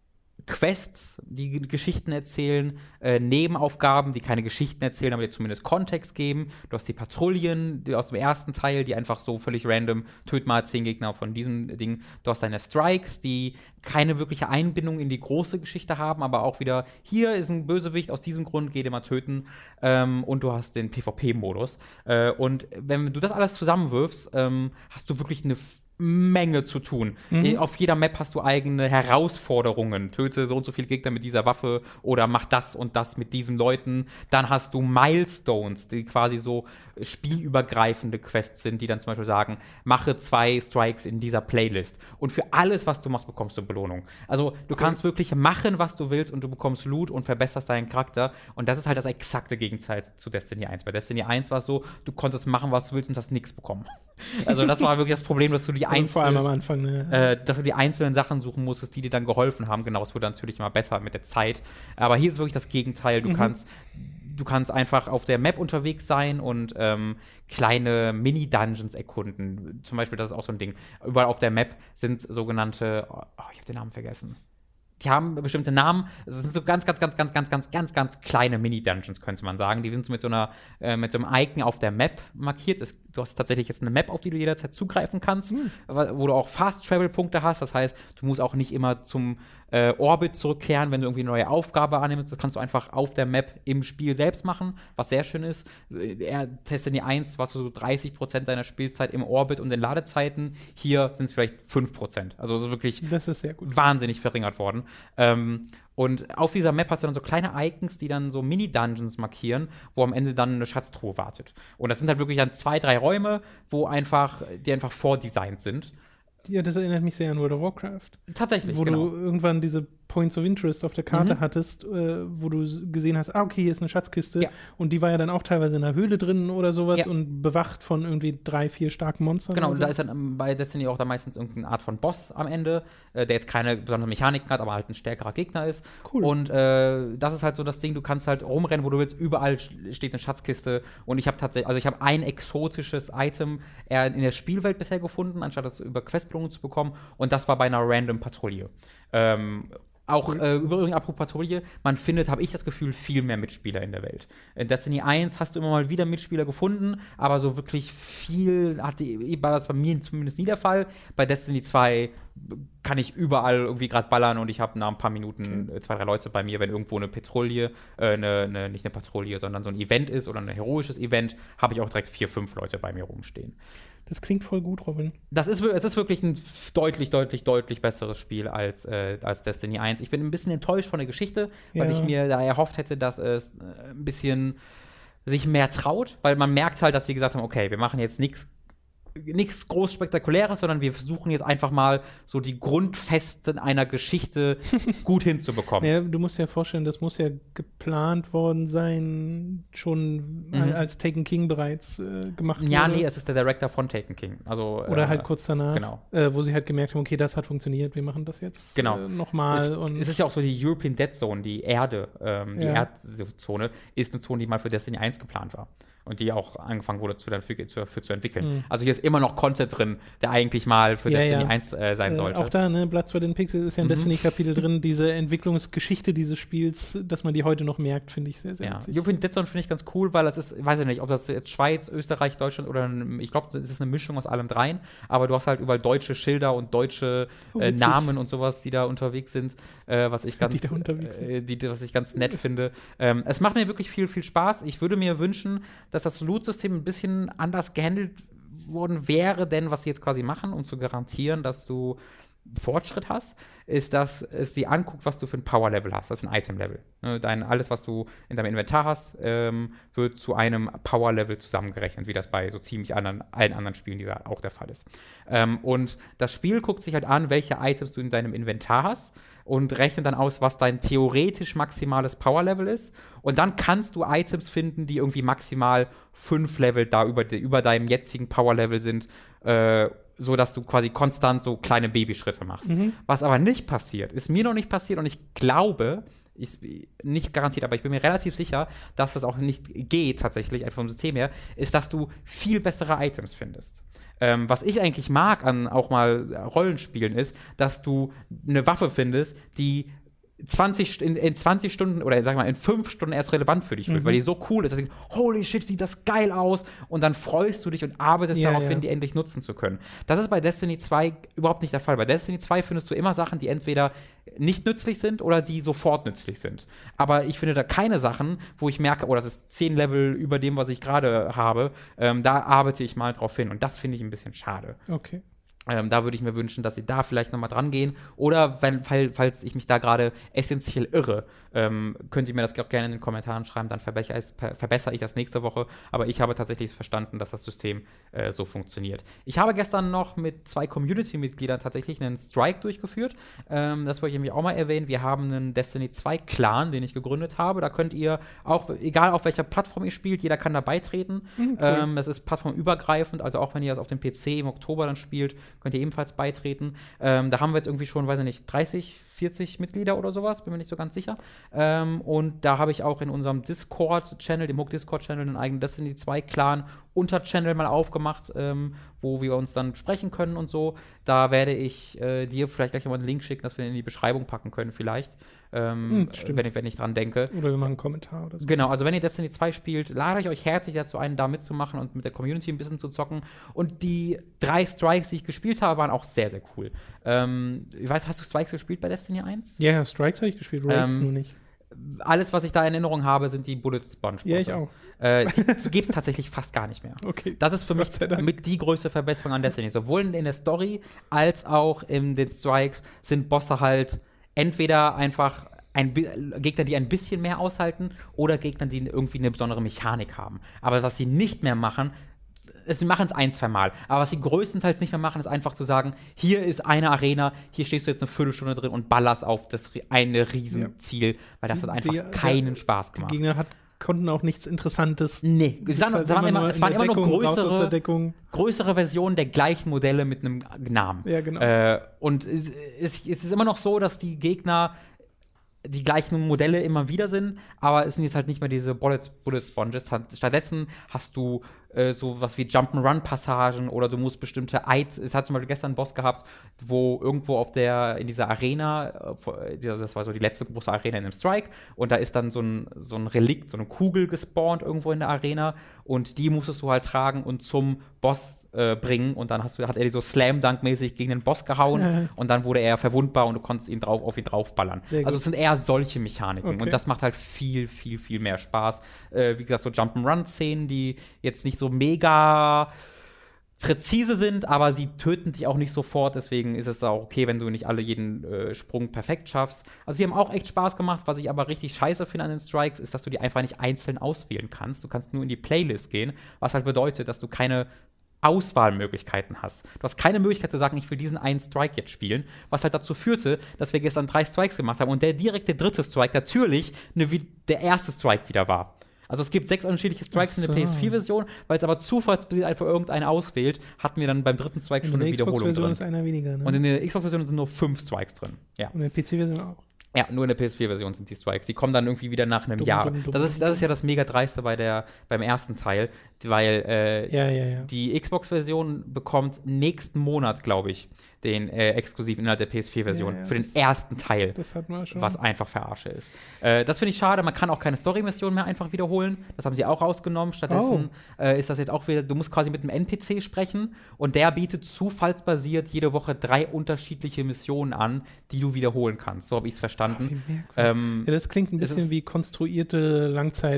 Quests, die Geschichten erzählen, Nebenaufgaben, die keine Geschichten erzählen, aber dir zumindest Kontext geben. Du hast die Patrouillen aus dem ersten Teil, die einfach so völlig random, töt mal 10 Gegner von diesem Ding. Du hast deine Strikes, die keine wirkliche Einbindung in die große Geschichte haben, aber auch wieder, hier ist ein Bösewicht, aus diesem Grund geht immer töten. Und du hast den PvP-Modus. Und wenn du das alles zusammenwirfst, hast du wirklich eine Menge zu tun. Auf jeder Map hast du eigene Herausforderungen. Töte so und so viele Gegner mit dieser Waffe oder mach das und das mit diesen Leuten. Dann hast du Milestones, die quasi so spielübergreifende Quests sind, die dann zum Beispiel sagen, mache 2 Strikes in dieser Playlist. Und für alles, was du machst, bekommst du Belohnung. Also du kannst wirklich machen, was du willst und du bekommst Loot und verbesserst deinen Charakter. Und das ist halt das exakte Gegenteil zu Destiny 1. Bei Destiny 1 war es so, du konntest machen, was du willst und hast nichts bekommen. Also das war wirklich das Problem, dass du die vor allem am Anfang, dass du die einzelnen Sachen suchen musstest, die dir dann geholfen haben. Genau, es wurde natürlich immer besser mit der Zeit. Aber hier ist wirklich das Gegenteil. Du kannst einfach auf der Map unterwegs sein und kleine Mini-Dungeons erkunden. Zum Beispiel, das ist auch so ein Ding. Überall auf der Map sind sogenannte, ich habe den Namen vergessen. Die haben bestimmte Namen. Es sind so ganz kleine Mini-Dungeons, könnte man sagen. Die sind so mit so einem Icon auf der Map markiert. Du hast tatsächlich jetzt eine Map, auf die du jederzeit zugreifen kannst, wo du auch Fast-Travel-Punkte hast. Das heißt, du musst auch nicht immer zum Orbit zurückkehren, wenn du irgendwie eine neue Aufgabe annimmst. Das kannst du einfach auf der Map im Spiel selbst machen, was sehr schön ist. Destiny 1 warst du so 30% deiner Spielzeit im Orbit und in Ladezeiten. Hier sind es vielleicht 5%. Also so wirklich das ist sehr gut. Wahnsinnig verringert worden. Und auf dieser Map hast du dann so kleine Icons, die dann so Mini-Dungeons markieren, wo am Ende dann eine Schatztruhe wartet. Und das sind halt wirklich dann 2, 3 Räume, die einfach vordesignt sind. Ja, das erinnert mich sehr an World of Warcraft. Tatsächlich, Wo du irgendwann diese Points of Interest auf der Karte hattest, wo du gesehen hast, okay, hier ist eine Schatzkiste. Ja. Und die war ja dann auch teilweise in einer Höhle drin oder sowas und bewacht von irgendwie 3, 4 starken Monstern. Genau, und so. Da ist dann bei Destiny auch da meistens irgendeine Art von Boss am Ende, der jetzt keine besonderen Mechaniken hat, aber halt ein stärkerer Gegner ist. Cool. Und das ist halt so das Ding, du kannst halt rumrennen, wo du willst, überall steht eine Schatzkiste. Und ich habe tatsächlich, also ich habe ein exotisches Item eher in der Spielwelt bisher gefunden, anstatt das über Questbelohnung zu bekommen. Und das war bei einer random Patrouille. Übrigens, apropos Patrouille, man findet, habe ich das Gefühl, viel mehr Mitspieler in der Welt. In Destiny 1 hast du immer mal wieder Mitspieler gefunden, aber so wirklich viel war das bei mir zumindest nie der Fall. Bei Destiny 2 kann ich überall irgendwie gerade ballern und ich habe nach ein paar Minuten 2, 3 Leute bei mir, wenn irgendwo eine Patrouille, nicht eine Patrouille, sondern so ein Event ist oder ein heroisches Event, habe ich auch direkt 4, 5 Leute bei mir rumstehen. Das klingt voll gut, Robin. Es ist wirklich ein deutlich, deutlich, deutlich besseres Spiel als Destiny 1. Ich bin ein bisschen enttäuscht von der Geschichte, weil ich mir da erhofft hätte, dass es ein bisschen sich mehr traut, weil man merkt halt, dass sie gesagt haben, okay, wir machen jetzt nichts groß Spektakuläres, sondern wir versuchen jetzt einfach mal so die Grundfesten einer Geschichte gut hinzubekommen. Ja, du musst dir ja vorstellen, das muss ja geplant worden sein, schon als Taken King bereits gemacht wurde. Ja, nee, es ist der Director von Taken King. Also, oder halt kurz danach, genau. Wo sie halt gemerkt haben, okay, das hat funktioniert, wir machen das jetzt nochmal. Es ist ja auch so, die European Dead Zone, die Erde, Erdzone, ist eine Zone, die mal für Destiny 1 geplant war. Und die auch angefangen wurde zu entwickeln. Also hier ist immer noch Content drin, der eigentlich mal für Destiny 1 sein sollte. Auch da, ne, Blood, Sweat and Pixels ist ja ein Destiny-Kapitel drin. Diese Entwicklungsgeschichte dieses Spiels, dass man die heute noch merkt, finde ich sehr, sehr witzig. European Dead Zone finde ich ganz cool, weil das ist, weiß ich nicht, ob das jetzt Schweiz, Österreich, Deutschland oder ich glaube, es ist eine Mischung aus allem dreien, aber du hast halt überall deutsche Schilder und deutsche Namen und sowas, die da unterwegs sind, was ich ganz nett finde. Es macht mir wirklich viel, viel Spaß. Ich würde mir wünschen, dass das Loot-System ein bisschen anders gehandelt worden wäre, denn was sie jetzt quasi machen, um zu garantieren, dass du Fortschritt hast, ist, dass es dir anguckt, was du für ein Power-Level hast. Das ist ein Item-Level. Alles, was du in deinem Inventar hast, wird zu einem Power-Level zusammengerechnet, wie das bei so ziemlich allen anderen Spielen dieser auch der Fall ist. Und das Spiel guckt sich halt an, welche Items du in deinem Inventar hast und rechnet dann aus, was dein theoretisch maximales Power-Level ist. Und dann kannst du Items finden, die irgendwie maximal 5 Level da über deinem jetzigen Power-Level sind, so dass du quasi konstant so kleine Babyschritte machst. Was aber nicht passiert, ist mir noch nicht passiert und ich glaube, ist nicht garantiert, aber ich bin mir relativ sicher, dass das auch nicht geht tatsächlich, einfach vom System her, ist, dass du viel bessere Items findest. Was ich eigentlich mag an auch mal Rollenspielen ist, dass du eine Waffe findest, die in 20 Stunden oder sag mal in 5 Stunden erst relevant für dich wird, weil die so cool ist, dass du denkst, holy shit, sieht das geil aus und dann freust du dich und arbeitest darauf hin, die endlich nutzen zu können. Das ist bei Destiny 2 überhaupt nicht der Fall. Bei Destiny 2 findest du immer Sachen, die entweder nicht nützlich sind oder die sofort nützlich sind. Aber ich finde da keine Sachen, wo ich merke, oh, das ist 10 Level über dem, was ich gerade habe. Da arbeite ich mal drauf hin und das finde ich ein bisschen schade. Okay. Da würde ich mir wünschen, dass sie da vielleicht nochmal dran gehen. Oder falls ich mich da gerade essentiell irre, könnt ihr mir das auch gerne in den Kommentaren schreiben, dann verbessere ich das nächste Woche. Aber ich habe tatsächlich verstanden, dass das System so funktioniert. Ich habe gestern noch mit 2 Community-Mitgliedern tatsächlich einen Strike durchgeführt. Das wollte ich nämlich auch mal erwähnen. Wir haben einen Destiny 2 Clan, den ich gegründet habe. Da könnt ihr auch, egal auf welcher Plattform ihr spielt, jeder kann da beitreten. Cool. Das ist plattformübergreifend, also auch wenn ihr das auf dem PC im Oktober dann spielt, könnt ihr ebenfalls beitreten. Da haben wir jetzt irgendwie schon, weiß ich nicht, 30, 40 Mitglieder oder sowas, bin mir nicht so ganz sicher. Und da habe ich auch in unserem Discord-Channel, dem Hook-Discord-Channel, einen eigenen Destiny 2-Clan Unterchannel mal aufgemacht, wo wir uns dann sprechen können und so. Da werde ich dir vielleicht gleich mal einen Link schicken, dass wir ihn in die Beschreibung packen können vielleicht, wenn ich dran denke. Oder wir machen einen Kommentar oder so. Genau, also wenn ihr Destiny 2 spielt, lade ich euch herzlich dazu ein, da mitzumachen und mit der Community ein bisschen zu zocken. Und die 3 Strikes, die ich gespielt habe, waren auch sehr, sehr cool. Ich weiß, hast du Strikes gespielt bei Destiny 1? Ja, Strikes habe ich gespielt, Raids nur nicht. Alles, was ich da in Erinnerung habe, sind die Bullet Sponge Bosse. Ja, ich auch. Die gibt es tatsächlich fast gar nicht mehr. Okay. Das ist für mich mit die größte Verbesserung an Destiny. Sowohl in der Story als auch in den Strikes sind Bosse halt entweder einfach Gegner, die ein bisschen mehr aushalten, oder Gegner, die irgendwie eine besondere Mechanik haben. Aber was sie nicht mehr machen, sie machen es 1, 2 Mal, aber was sie größtenteils nicht mehr machen, ist einfach zu sagen, hier ist eine Arena, hier stehst du jetzt eine Viertelstunde drin und ballerst auf das eine Riesenziel, weil das hat einfach keinen Spaß gemacht. Die Gegner konnten auch nichts Interessantes. Nee, es waren immer nur größere Versionen der gleichen Modelle mit einem Namen. Ja, genau. Und es ist immer noch so, dass die Gegner die gleichen Modelle immer wieder sind, aber es sind jetzt halt nicht mehr diese Bullet Sponges. Stattdessen hast du so was wie Jump'n'Run-Passagen oder du musst bestimmte es hat zum Beispiel gestern einen Boss gehabt, wo irgendwo in dieser Arena, das war so die letzte große Arena in einem Strike, und da ist dann so ein Relikt, so eine Kugel gespawnt irgendwo in der Arena, und die musstest du halt tragen und zum Boss bringen, und dann hat er die so Slam-Dunk-mäßig gegen den Boss gehauen und dann wurde er verwundbar und du konntest auf ihn draufballern. Also es sind eher solche Mechaniken und das macht halt viel, viel, viel mehr Spaß. Wie gesagt, so Jump'n'Run-Szenen, die jetzt nicht so mega präzise sind, aber sie töten dich auch nicht sofort, deswegen ist es auch okay, wenn du nicht jeden Sprung perfekt schaffst. Also die haben auch echt Spaß gemacht. Was ich aber richtig scheiße finde an den Strikes, ist, dass du die einfach nicht einzeln auswählen kannst. Du kannst nur in die Playlist gehen, was halt bedeutet, dass du keine Auswahlmöglichkeiten hast. Du hast keine Möglichkeit zu sagen, ich will diesen einen Strike jetzt spielen, was halt dazu führte, dass wir gestern 3 Strikes gemacht haben und der dritte Strike natürlich der erste Strike wieder war. Also es gibt 6 unterschiedliche Strikes in der PS4-Version, weil es aber zufallsbedingt einfach irgendeinen auswählt, hatten wir dann beim dritten Strike schon eine Wiederholung drin. Ist einer weniger, ne? Und in der Xbox-Version sind nur 5 Strikes drin. Ja. Und in der PC-Version auch. Ja, nur in der PS4-Version sind die Strikes. Die kommen dann irgendwie wieder nach einem Jahr. Das ist ja das mega dreiste beim ersten Teil, weil die Xbox-Version bekommt nächsten Monat, glaube ich, den exklusiven Inhalt der PS4-Version für den ersten Teil, das hat man schon. Was einfach Verarsche ist. Das finde ich schade. Man kann auch keine Story-Mission mehr einfach wiederholen. Das haben sie auch rausgenommen. Stattdessen ist das jetzt auch wieder, du musst quasi mit einem NPC sprechen und der bietet zufallsbasiert jede Woche 3 unterschiedliche Missionen an, die du wiederholen kannst. So habe ich es verstanden. Das klingt ein bisschen wie konstruierte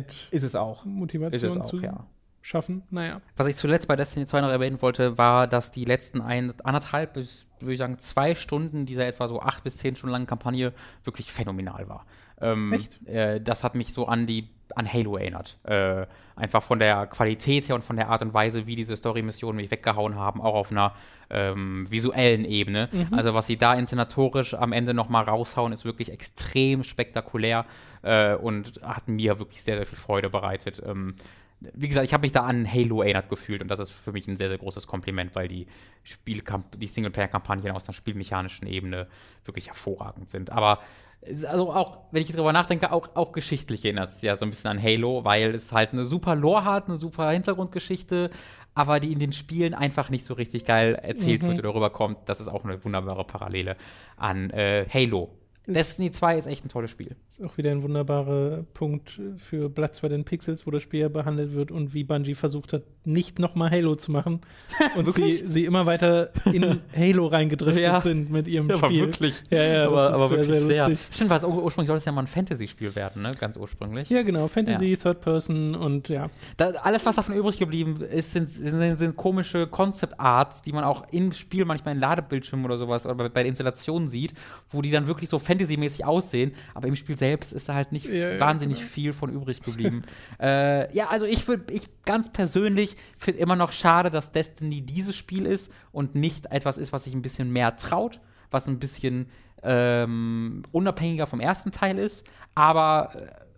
Langzeit-Motivation zu schaffen. Naja. Was ich zuletzt bei Destiny 2 noch erwähnen wollte, war, dass die letzten 1,5 bis, würde ich sagen, 2 Stunden dieser etwa so 8 bis 10 Stunden langen Kampagne wirklich phänomenal war. Echt? Das hat mich so an Halo erinnert. Einfach von der Qualität her und von der Art und Weise, wie diese Story-Missionen mich weggehauen haben, auch auf einer visuellen Ebene. Also was sie da inszenatorisch am Ende nochmal raushauen, ist wirklich extrem spektakulär und hat mir wirklich sehr, sehr viel Freude bereitet. Wie gesagt, ich habe mich da an Halo erinnert gefühlt und das ist für mich ein sehr, sehr großes Kompliment, weil die Singleplayer-Kampagnen aus einer spielmechanischen Ebene wirklich hervorragend sind. Aber also auch, wenn ich drüber nachdenke, auch geschichtlich erinnert es ja so ein bisschen an Halo, weil es halt eine super Lore hat, eine super Hintergrundgeschichte, aber die in den Spielen einfach nicht so richtig geil erzählt wird oder rüberkommt. Das ist auch eine wunderbare Parallele an Halo. Destiny 2 ist echt ein tolles Spiel. Ist auch wieder ein wunderbarer Punkt für Blood, Sweat and Pixels, wo das Spiel ja behandelt wird und wie Bungie versucht hat, nicht nochmal Halo zu machen. Und sie immer weiter in Halo reingedriftet sind mit ihrem Spiel. Wirklich. Aber wirklich sehr. lustig. Stimmt, weil ursprünglich sollte es ja mal ein Fantasy-Spiel werden, ne? Ganz ursprünglich. Ja, genau. Fantasy, Third Person und ja. Alles, was davon übrig geblieben ist, sind komische Concept-Arts, die man auch im Spiel manchmal in Ladebildschirmen oder sowas oder bei der Installation sieht, wo die dann wirklich so Fantasy-mäßig aussehen, aber im Spiel selbst ist da halt nicht wahnsinnig viel von übrig geblieben. Also ich ganz persönlich finde immer noch schade, dass Destiny dieses Spiel ist und nicht etwas ist, was sich ein bisschen mehr traut, was ein bisschen unabhängiger vom ersten Teil ist, aber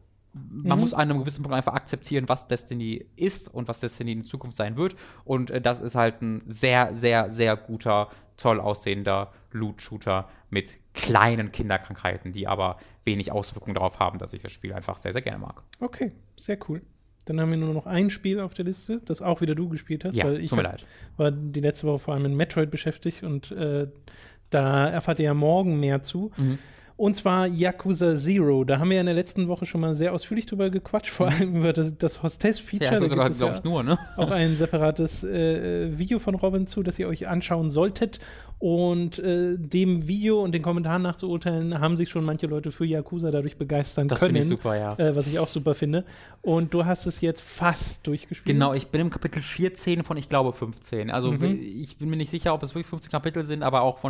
man muss an einem gewissen Punkt einfach akzeptieren, was Destiny ist und was Destiny in Zukunft sein wird. Und das ist halt ein sehr, sehr, sehr guter, toll aussehender Loot-Shooter mit kleinen Kinderkrankheiten, die aber wenig Auswirkungen darauf haben, dass ich das Spiel einfach sehr, sehr gerne mag. Okay, sehr cool. Dann haben wir nur noch ein Spiel auf der Liste, das auch wieder du gespielt hast, weil ich war die letzte Woche vor allem mit Metroid beschäftigt und da erfahrt ihr ja morgen mehr zu. Und zwar Yakuza Zero. Da haben wir ja in der letzten Woche schon mal sehr ausführlich drüber gequatscht, vor allem über das Hostess-Feature. Ja, da gibt es, glaube ich, nur, ne? Auch ein separates Video von Robin zu, das ihr euch anschauen solltet. Und dem Video und den Kommentaren nach zu urteilen, haben sich schon manche Leute für Yakuza dadurch begeistern können. Das finde ich super, ja. Was ich auch super finde. Und du hast es jetzt fast durchgespielt. Genau, ich bin im Kapitel 14 von, ich glaube, 15. Also ich bin mir nicht sicher, ob es wirklich 15 Kapitel sind, aber auch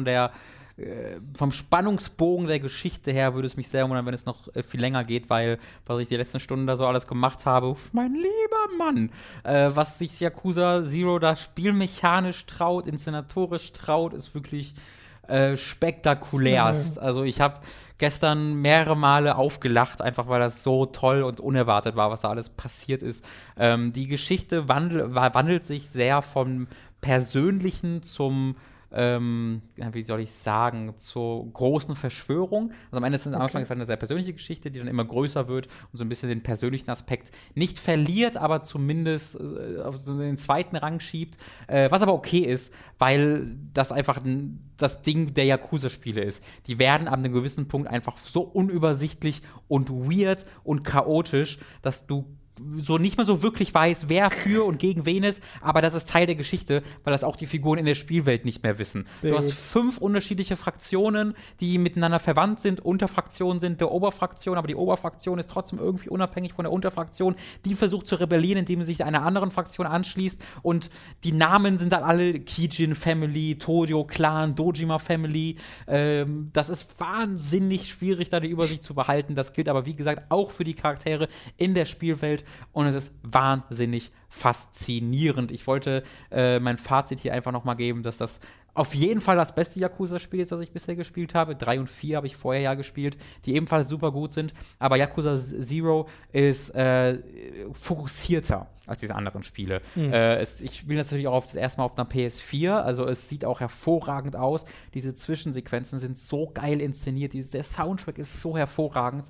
vom Spannungsbogen der Geschichte her würde es mich sehr wundern, wenn es noch viel länger geht, weil was ich die letzten Stunden da so alles gemacht habe, mein lieber Mann, was sich Yakuza Zero da spielmechanisch traut, inszenatorisch traut, ist wirklich spektakulärst. Also ich habe gestern mehrere Male aufgelacht, einfach weil das so toll und unerwartet war, was da alles passiert ist. Die Geschichte wandelt sich sehr vom Persönlichen zum wie soll ich sagen, zur großen Verschwörung. Also am Ende ist am Anfang ist eine sehr persönliche Geschichte, die dann immer größer wird und so ein bisschen den persönlichen Aspekt nicht verliert, aber zumindest auf so den zweiten Rang schiebt. Was aber okay ist, weil das einfach das Ding der Yakuza-Spiele ist. Die werden ab einem gewissen Punkt einfach so unübersichtlich und weird und chaotisch, dass du so nicht mehr so wirklich weiß, wer für und gegen wen ist, aber das ist Teil der Geschichte, weil das auch die Figuren in der Spielwelt nicht mehr wissen. Du hast 5 unterschiedliche Fraktionen, die miteinander verwandt sind, Unterfraktionen sind der Oberfraktion, aber die Oberfraktion ist trotzdem irgendwie unabhängig von der Unterfraktion, die versucht zu rebellieren, indem sie sich einer anderen Fraktion anschließt und die Namen sind dann alle Kijin Family, Tojo Clan, Dojima Family. Das ist wahnsinnig schwierig, da die Übersicht zu behalten. Das gilt aber, wie gesagt, auch für die Charaktere in der Spielwelt. Und es ist wahnsinnig faszinierend. Ich wollte mein Fazit hier einfach nochmal geben, dass das auf jeden Fall das beste Yakuza-Spiel ist, das ich bisher gespielt habe. 3 und 4 habe ich vorher ja gespielt, die ebenfalls super gut sind. Aber Yakuza Zero ist fokussierter als diese anderen Spiele. Ich spiele natürlich auch das erste Mal auf einer PS4, also es sieht auch hervorragend aus. Diese Zwischensequenzen sind so geil inszeniert, der Soundtrack ist so hervorragend.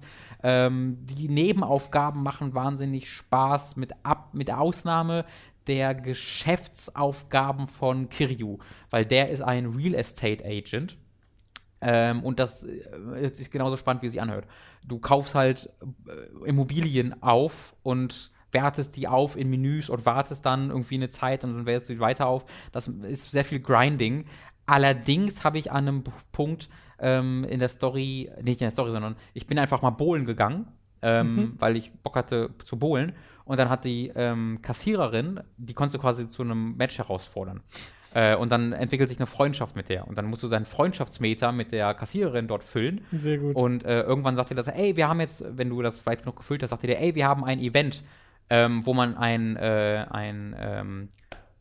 Die Nebenaufgaben machen wahnsinnig Spaß, mit Ausnahme der Geschäftsaufgaben von Kiryu, weil der ist ein Real Estate Agent und das ist genauso spannend, wie es sich anhört. Du kaufst halt Immobilien auf und wertest die auf in Menüs und wartest dann irgendwie eine Zeit und dann wertest du die weiter auf. Das ist sehr viel Grinding. Allerdings habe ich an einem Punkt in der Story, nicht in der Story, sondern ich bin einfach mal bowlen gegangen, weil ich Bock hatte zu bowlen. Und dann hat die Kassiererin, die konntest du quasi zu einem Match herausfordern. Und dann entwickelt sich eine Freundschaft mit der. Und dann musst du seinen Freundschaftsmeter mit der Kassiererin dort füllen. Sehr gut. Und irgendwann sagt ihr das, ey, wir haben jetzt, wenn du das weit genug gefüllt hast, sagt ihr, ey, wir haben ein Event, wo man einen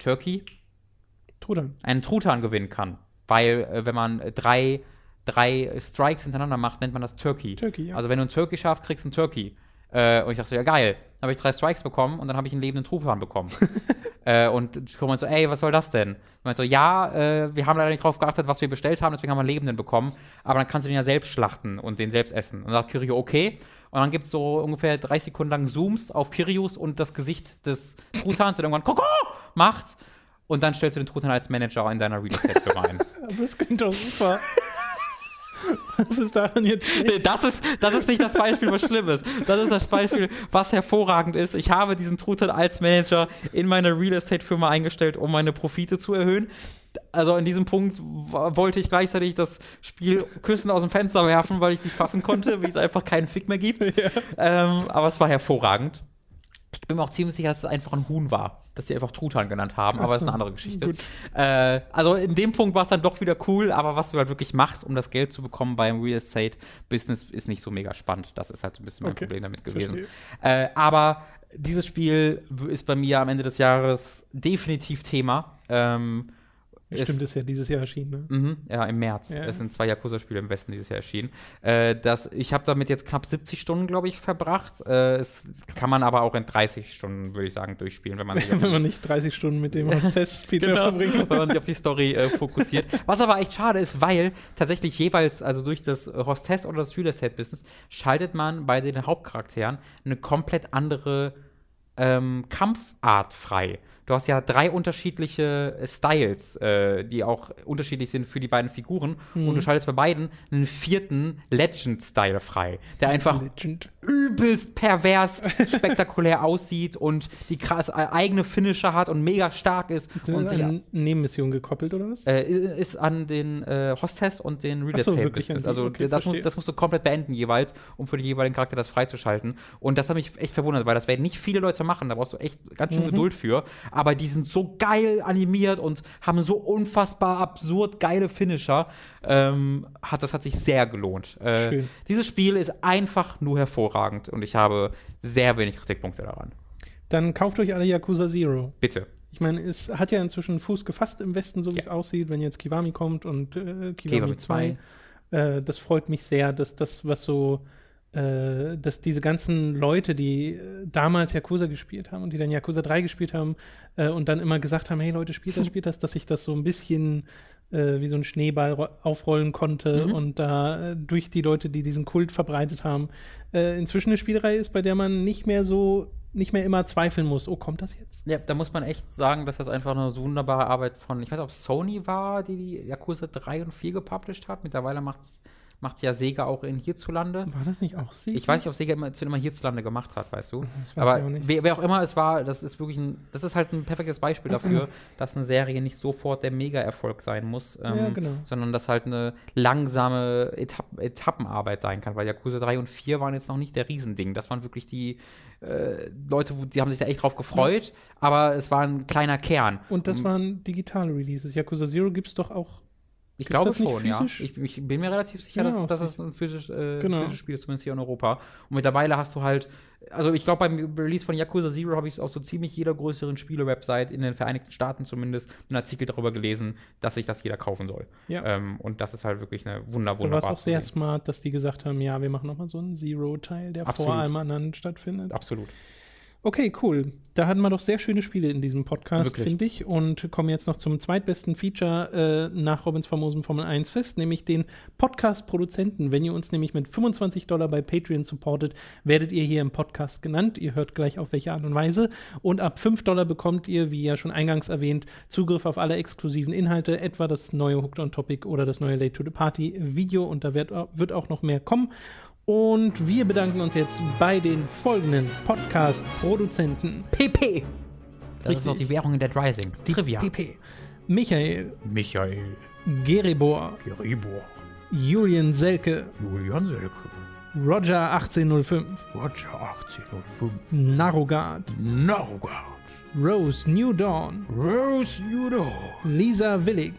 Truthahn gewinnen kann. Weil, wenn man drei Strikes hintereinander macht, nennt man das Turkey. Ja. Also wenn du einen Turkey schaffst, kriegst du einen Turkey. Und ich dachte so, ja geil. Dann habe ich 3 Strikes bekommen und dann habe ich einen lebenden Truthahn bekommen. Und ich komme so, ey, was soll das denn? Und ich so, ja, wir haben leider nicht drauf geachtet, was wir bestellt haben, deswegen haben wir einen lebenden bekommen. Aber dann kannst du den ja selbst schlachten und den selbst essen. Und dann sagt Kiryu, okay. Und dann gibt es so ungefähr 30 Sekunden lang Zooms auf Kiryus und das Gesicht des Truthahns und irgendwann Koko macht's. Und dann stellst du den Truthahn als Manager in deiner Real Estate-Firma ein. Das klingt doch super. Was ist daran jetzt schlecht? Das ist nicht das Beispiel, was schlimm ist. Das ist das Beispiel, was hervorragend ist. Ich habe diesen Truthahn als Manager in meine Real Estate-Firma eingestellt, um meine Profite zu erhöhen. Also in diesem Punkt wollte ich gleichzeitig das Spiel küssen aus dem Fenster werfen, weil ich nicht fassen konnte, wie es einfach keinen Fick mehr gibt. Ja. Aber es war hervorragend. Ich bin mir auch ziemlich sicher, dass es einfach ein Huhn war, dass sie einfach Truthahn genannt haben, aber das ist eine andere Geschichte. Also in dem Punkt war es dann doch wieder cool, aber was du halt wirklich machst, um das Geld zu bekommen beim Real Estate Business, ist nicht so mega spannend. Das ist halt so ein bisschen mein Problem damit gewesen. Aber dieses Spiel ist bei mir am Ende des Jahres definitiv Thema. Stimmt, ist ja dieses Jahr erschienen, ne? Ja, im März. Ja. Es sind 2 Yakuza-Spiele im Westen dieses Jahr erschienen. Ich habe damit jetzt knapp 70 Stunden, glaube ich, verbracht. Es kann man aber auch in 30 Stunden, würde ich sagen, durchspielen, wenn man nicht 30 Stunden mit dem Hostess-Feature verbringt. Wenn man sich auf die Story fokussiert. Was aber echt schade ist, weil tatsächlich jeweils, also durch das Hostess- oder das Real Estate-Business, schaltet man bei den Hauptcharakteren eine komplett andere Kampfart frei. Du hast ja 3 unterschiedliche Styles, die auch unterschiedlich sind für die beiden Figuren. Und du schaltest bei beiden einen 4. Legend-Style frei, der einfach übelst pervers spektakulär aussieht und die krass eigene Finisher hat und mega stark ist. Ist und sich an Nebenmission gekoppelt, oder was? Ist an den Hostess und den Real Estate Business. Also okay, das musst du komplett beenden jeweils, um für den jeweiligen Charakter das freizuschalten. Und das hat mich echt verwundert, weil das werden nicht viele Leute machen. Da brauchst du echt ganz schön Geduld für. Aber die sind so geil animiert und haben so unfassbar absurd geile Finisher. Das hat sich sehr gelohnt. Dieses Spiel ist einfach nur hervorragend und ich habe sehr wenig Kritikpunkte daran. Dann kauft euch alle Yakuza Zero. Bitte. Ich meine, es hat ja inzwischen Fuß gefasst im Westen, so wie es aussieht, wenn jetzt Kiwami kommt und Kiwami 2. Das freut mich sehr, dass das, was so dass diese ganzen Leute, die damals Yakuza gespielt haben und die dann Yakuza 3 gespielt haben und dann immer gesagt haben, hey Leute, spielt das, dass sich das so ein bisschen wie so ein Schneeball aufrollen konnte und da durch die Leute, die diesen Kult verbreitet haben, inzwischen eine Spielreihe ist, bei der man nicht mehr immer zweifeln muss. Oh, kommt das jetzt? Ja, da muss man echt sagen, dass das einfach eine so wunderbare Arbeit von, ich weiß nicht, ob Sony war, die Yakuza 3 und 4 gepublished hat. Mittlerweile macht's ja Sega auch hierzulande. War das nicht auch Sega? Ich weiß nicht, ob Sega immer hierzulande gemacht hat, weißt du. Das weiß ich auch nicht. Wer auch immer es war, das ist halt ein perfektes Beispiel dafür, dass eine Serie nicht sofort der Mega-Erfolg sein muss, genau. sondern dass halt eine langsame Etappenarbeit sein kann, weil Yakuza 3 und 4 waren jetzt noch nicht der Riesending. Das waren wirklich die Leute, die haben sich da echt drauf gefreut, aber es war ein kleiner Kern. Und das waren digitale Releases. Yakuza Zero gibt es doch auch. Ich glaube schon, ja. physisch? Ich bin mir relativ sicher, dass das ein physisches Spiel ist, zumindest hier in Europa. Und mittlerweile hast du halt, also ich glaube, beim Release von Yakuza Zero habe ich auf so ziemlich jeder größeren Spiele-Website in den Vereinigten Staaten zumindest einen Artikel darüber gelesen, dass sich das jeder kaufen soll. Ja. Und das ist halt wirklich eine wunderbare. Du warst auch sehr smart, dass die gesagt haben, ja, wir machen nochmal so einen Zero-Teil, der vor allem anderen stattfindet. Absolut. Okay, cool. Da hatten wir doch sehr schöne Spiele in diesem Podcast, finde ich. Und kommen jetzt noch zum zweitbesten Feature nach Robins famosen Formel 1 Fest, nämlich den Podcast-Produzenten. Wenn ihr uns nämlich mit $25 bei Patreon supportet, werdet ihr hier im Podcast genannt. Ihr hört gleich auf welche Art und Weise. Und ab $5 bekommt ihr, wie ja schon eingangs erwähnt, Zugriff auf alle exklusiven Inhalte, etwa das neue Hooked on Topic oder das neue Late to the Party Video. Und da wird auch noch mehr kommen. Und wir bedanken uns jetzt bei den folgenden Podcast-Produzenten. PP. Das ist noch die Währung in Dead Rising. Trivia. PP. Michael. Geribor. Julian Selke. Roger 1805. Narogard. Rose New Dawn. Lisa Willig.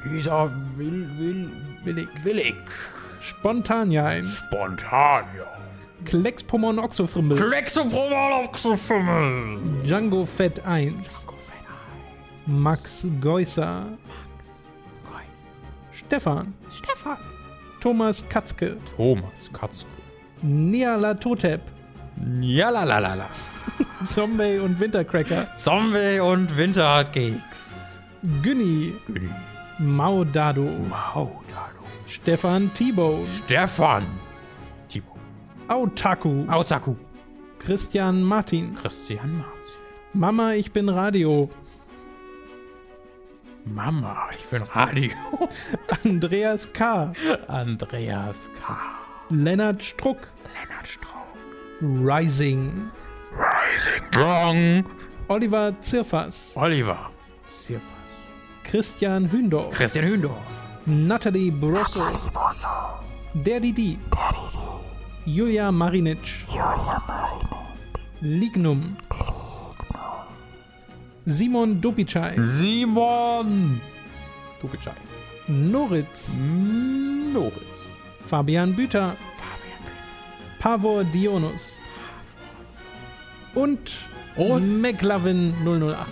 Spontanjain. Klexpomon Oxofrimmel. Django Fett 1. Max Geusser. Stefan. Thomas Katzke. Niala Totep. Jalalala. Zombie und Wintercracker. Winterkeks. Günni. Maudado. Stefan Thibaut. Autaku. Christian Martin. Mama, ich bin Radio. Andreas K. Lennart Struck. Rising. Wrong. Oliver Zirfas. Christian Hündorf. Nathalie Brosso. Daddy D. Julia Marinic. Lignum. Simon Dupicai. Noritz. Fabian Büter. Pavor Dionus. Und McLovin 008.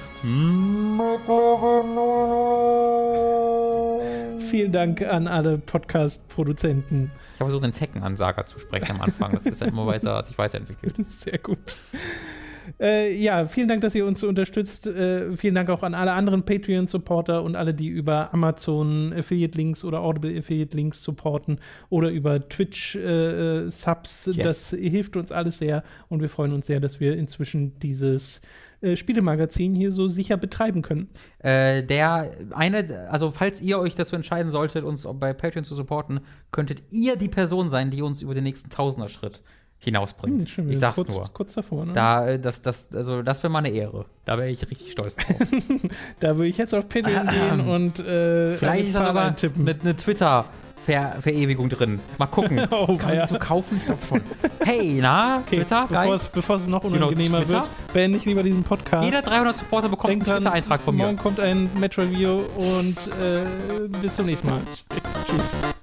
Vielen Dank an alle Podcast-Produzenten. Ich habe versucht, den Zeckenansager zu sprechen am Anfang. Das ist ja immer weiter, hat sich weiterentwickelt. Sehr gut. Ja, vielen Dank, dass ihr uns so unterstützt. Vielen Dank auch an alle anderen Patreon-Supporter und alle, die über Amazon Affiliate-Links oder Audible Affiliate-Links supporten oder über Twitch-Subs. Yes. Das hilft uns alles sehr und wir freuen uns sehr, dass wir inzwischen dieses Spielemagazin hier so sicher betreiben können. Also falls ihr euch dazu entscheiden solltet, uns bei Patreon zu supporten, könntet ihr die Person sein, die uns über den nächsten Tausender-Schritt hinausbringt. Ich sag's kurz davor, ne? Das wäre mal eine Ehre. Da wäre ich richtig stolz drauf. Da würde ich jetzt auf Patreon gehen und vielleicht ist da sogar eine Twitter-Verewigung drin. Mal gucken. Kann man die so kaufen? Ich glaube schon. Hey, okay, Twitter, bevor es noch unangenehmer wird, beende ich lieber diesen Podcast. Jeder 300 Supporter bekommt einen Twitter-Eintrag von mir. Morgen kommt ein Metro-Review und bis zum nächsten Mal. Tschüss.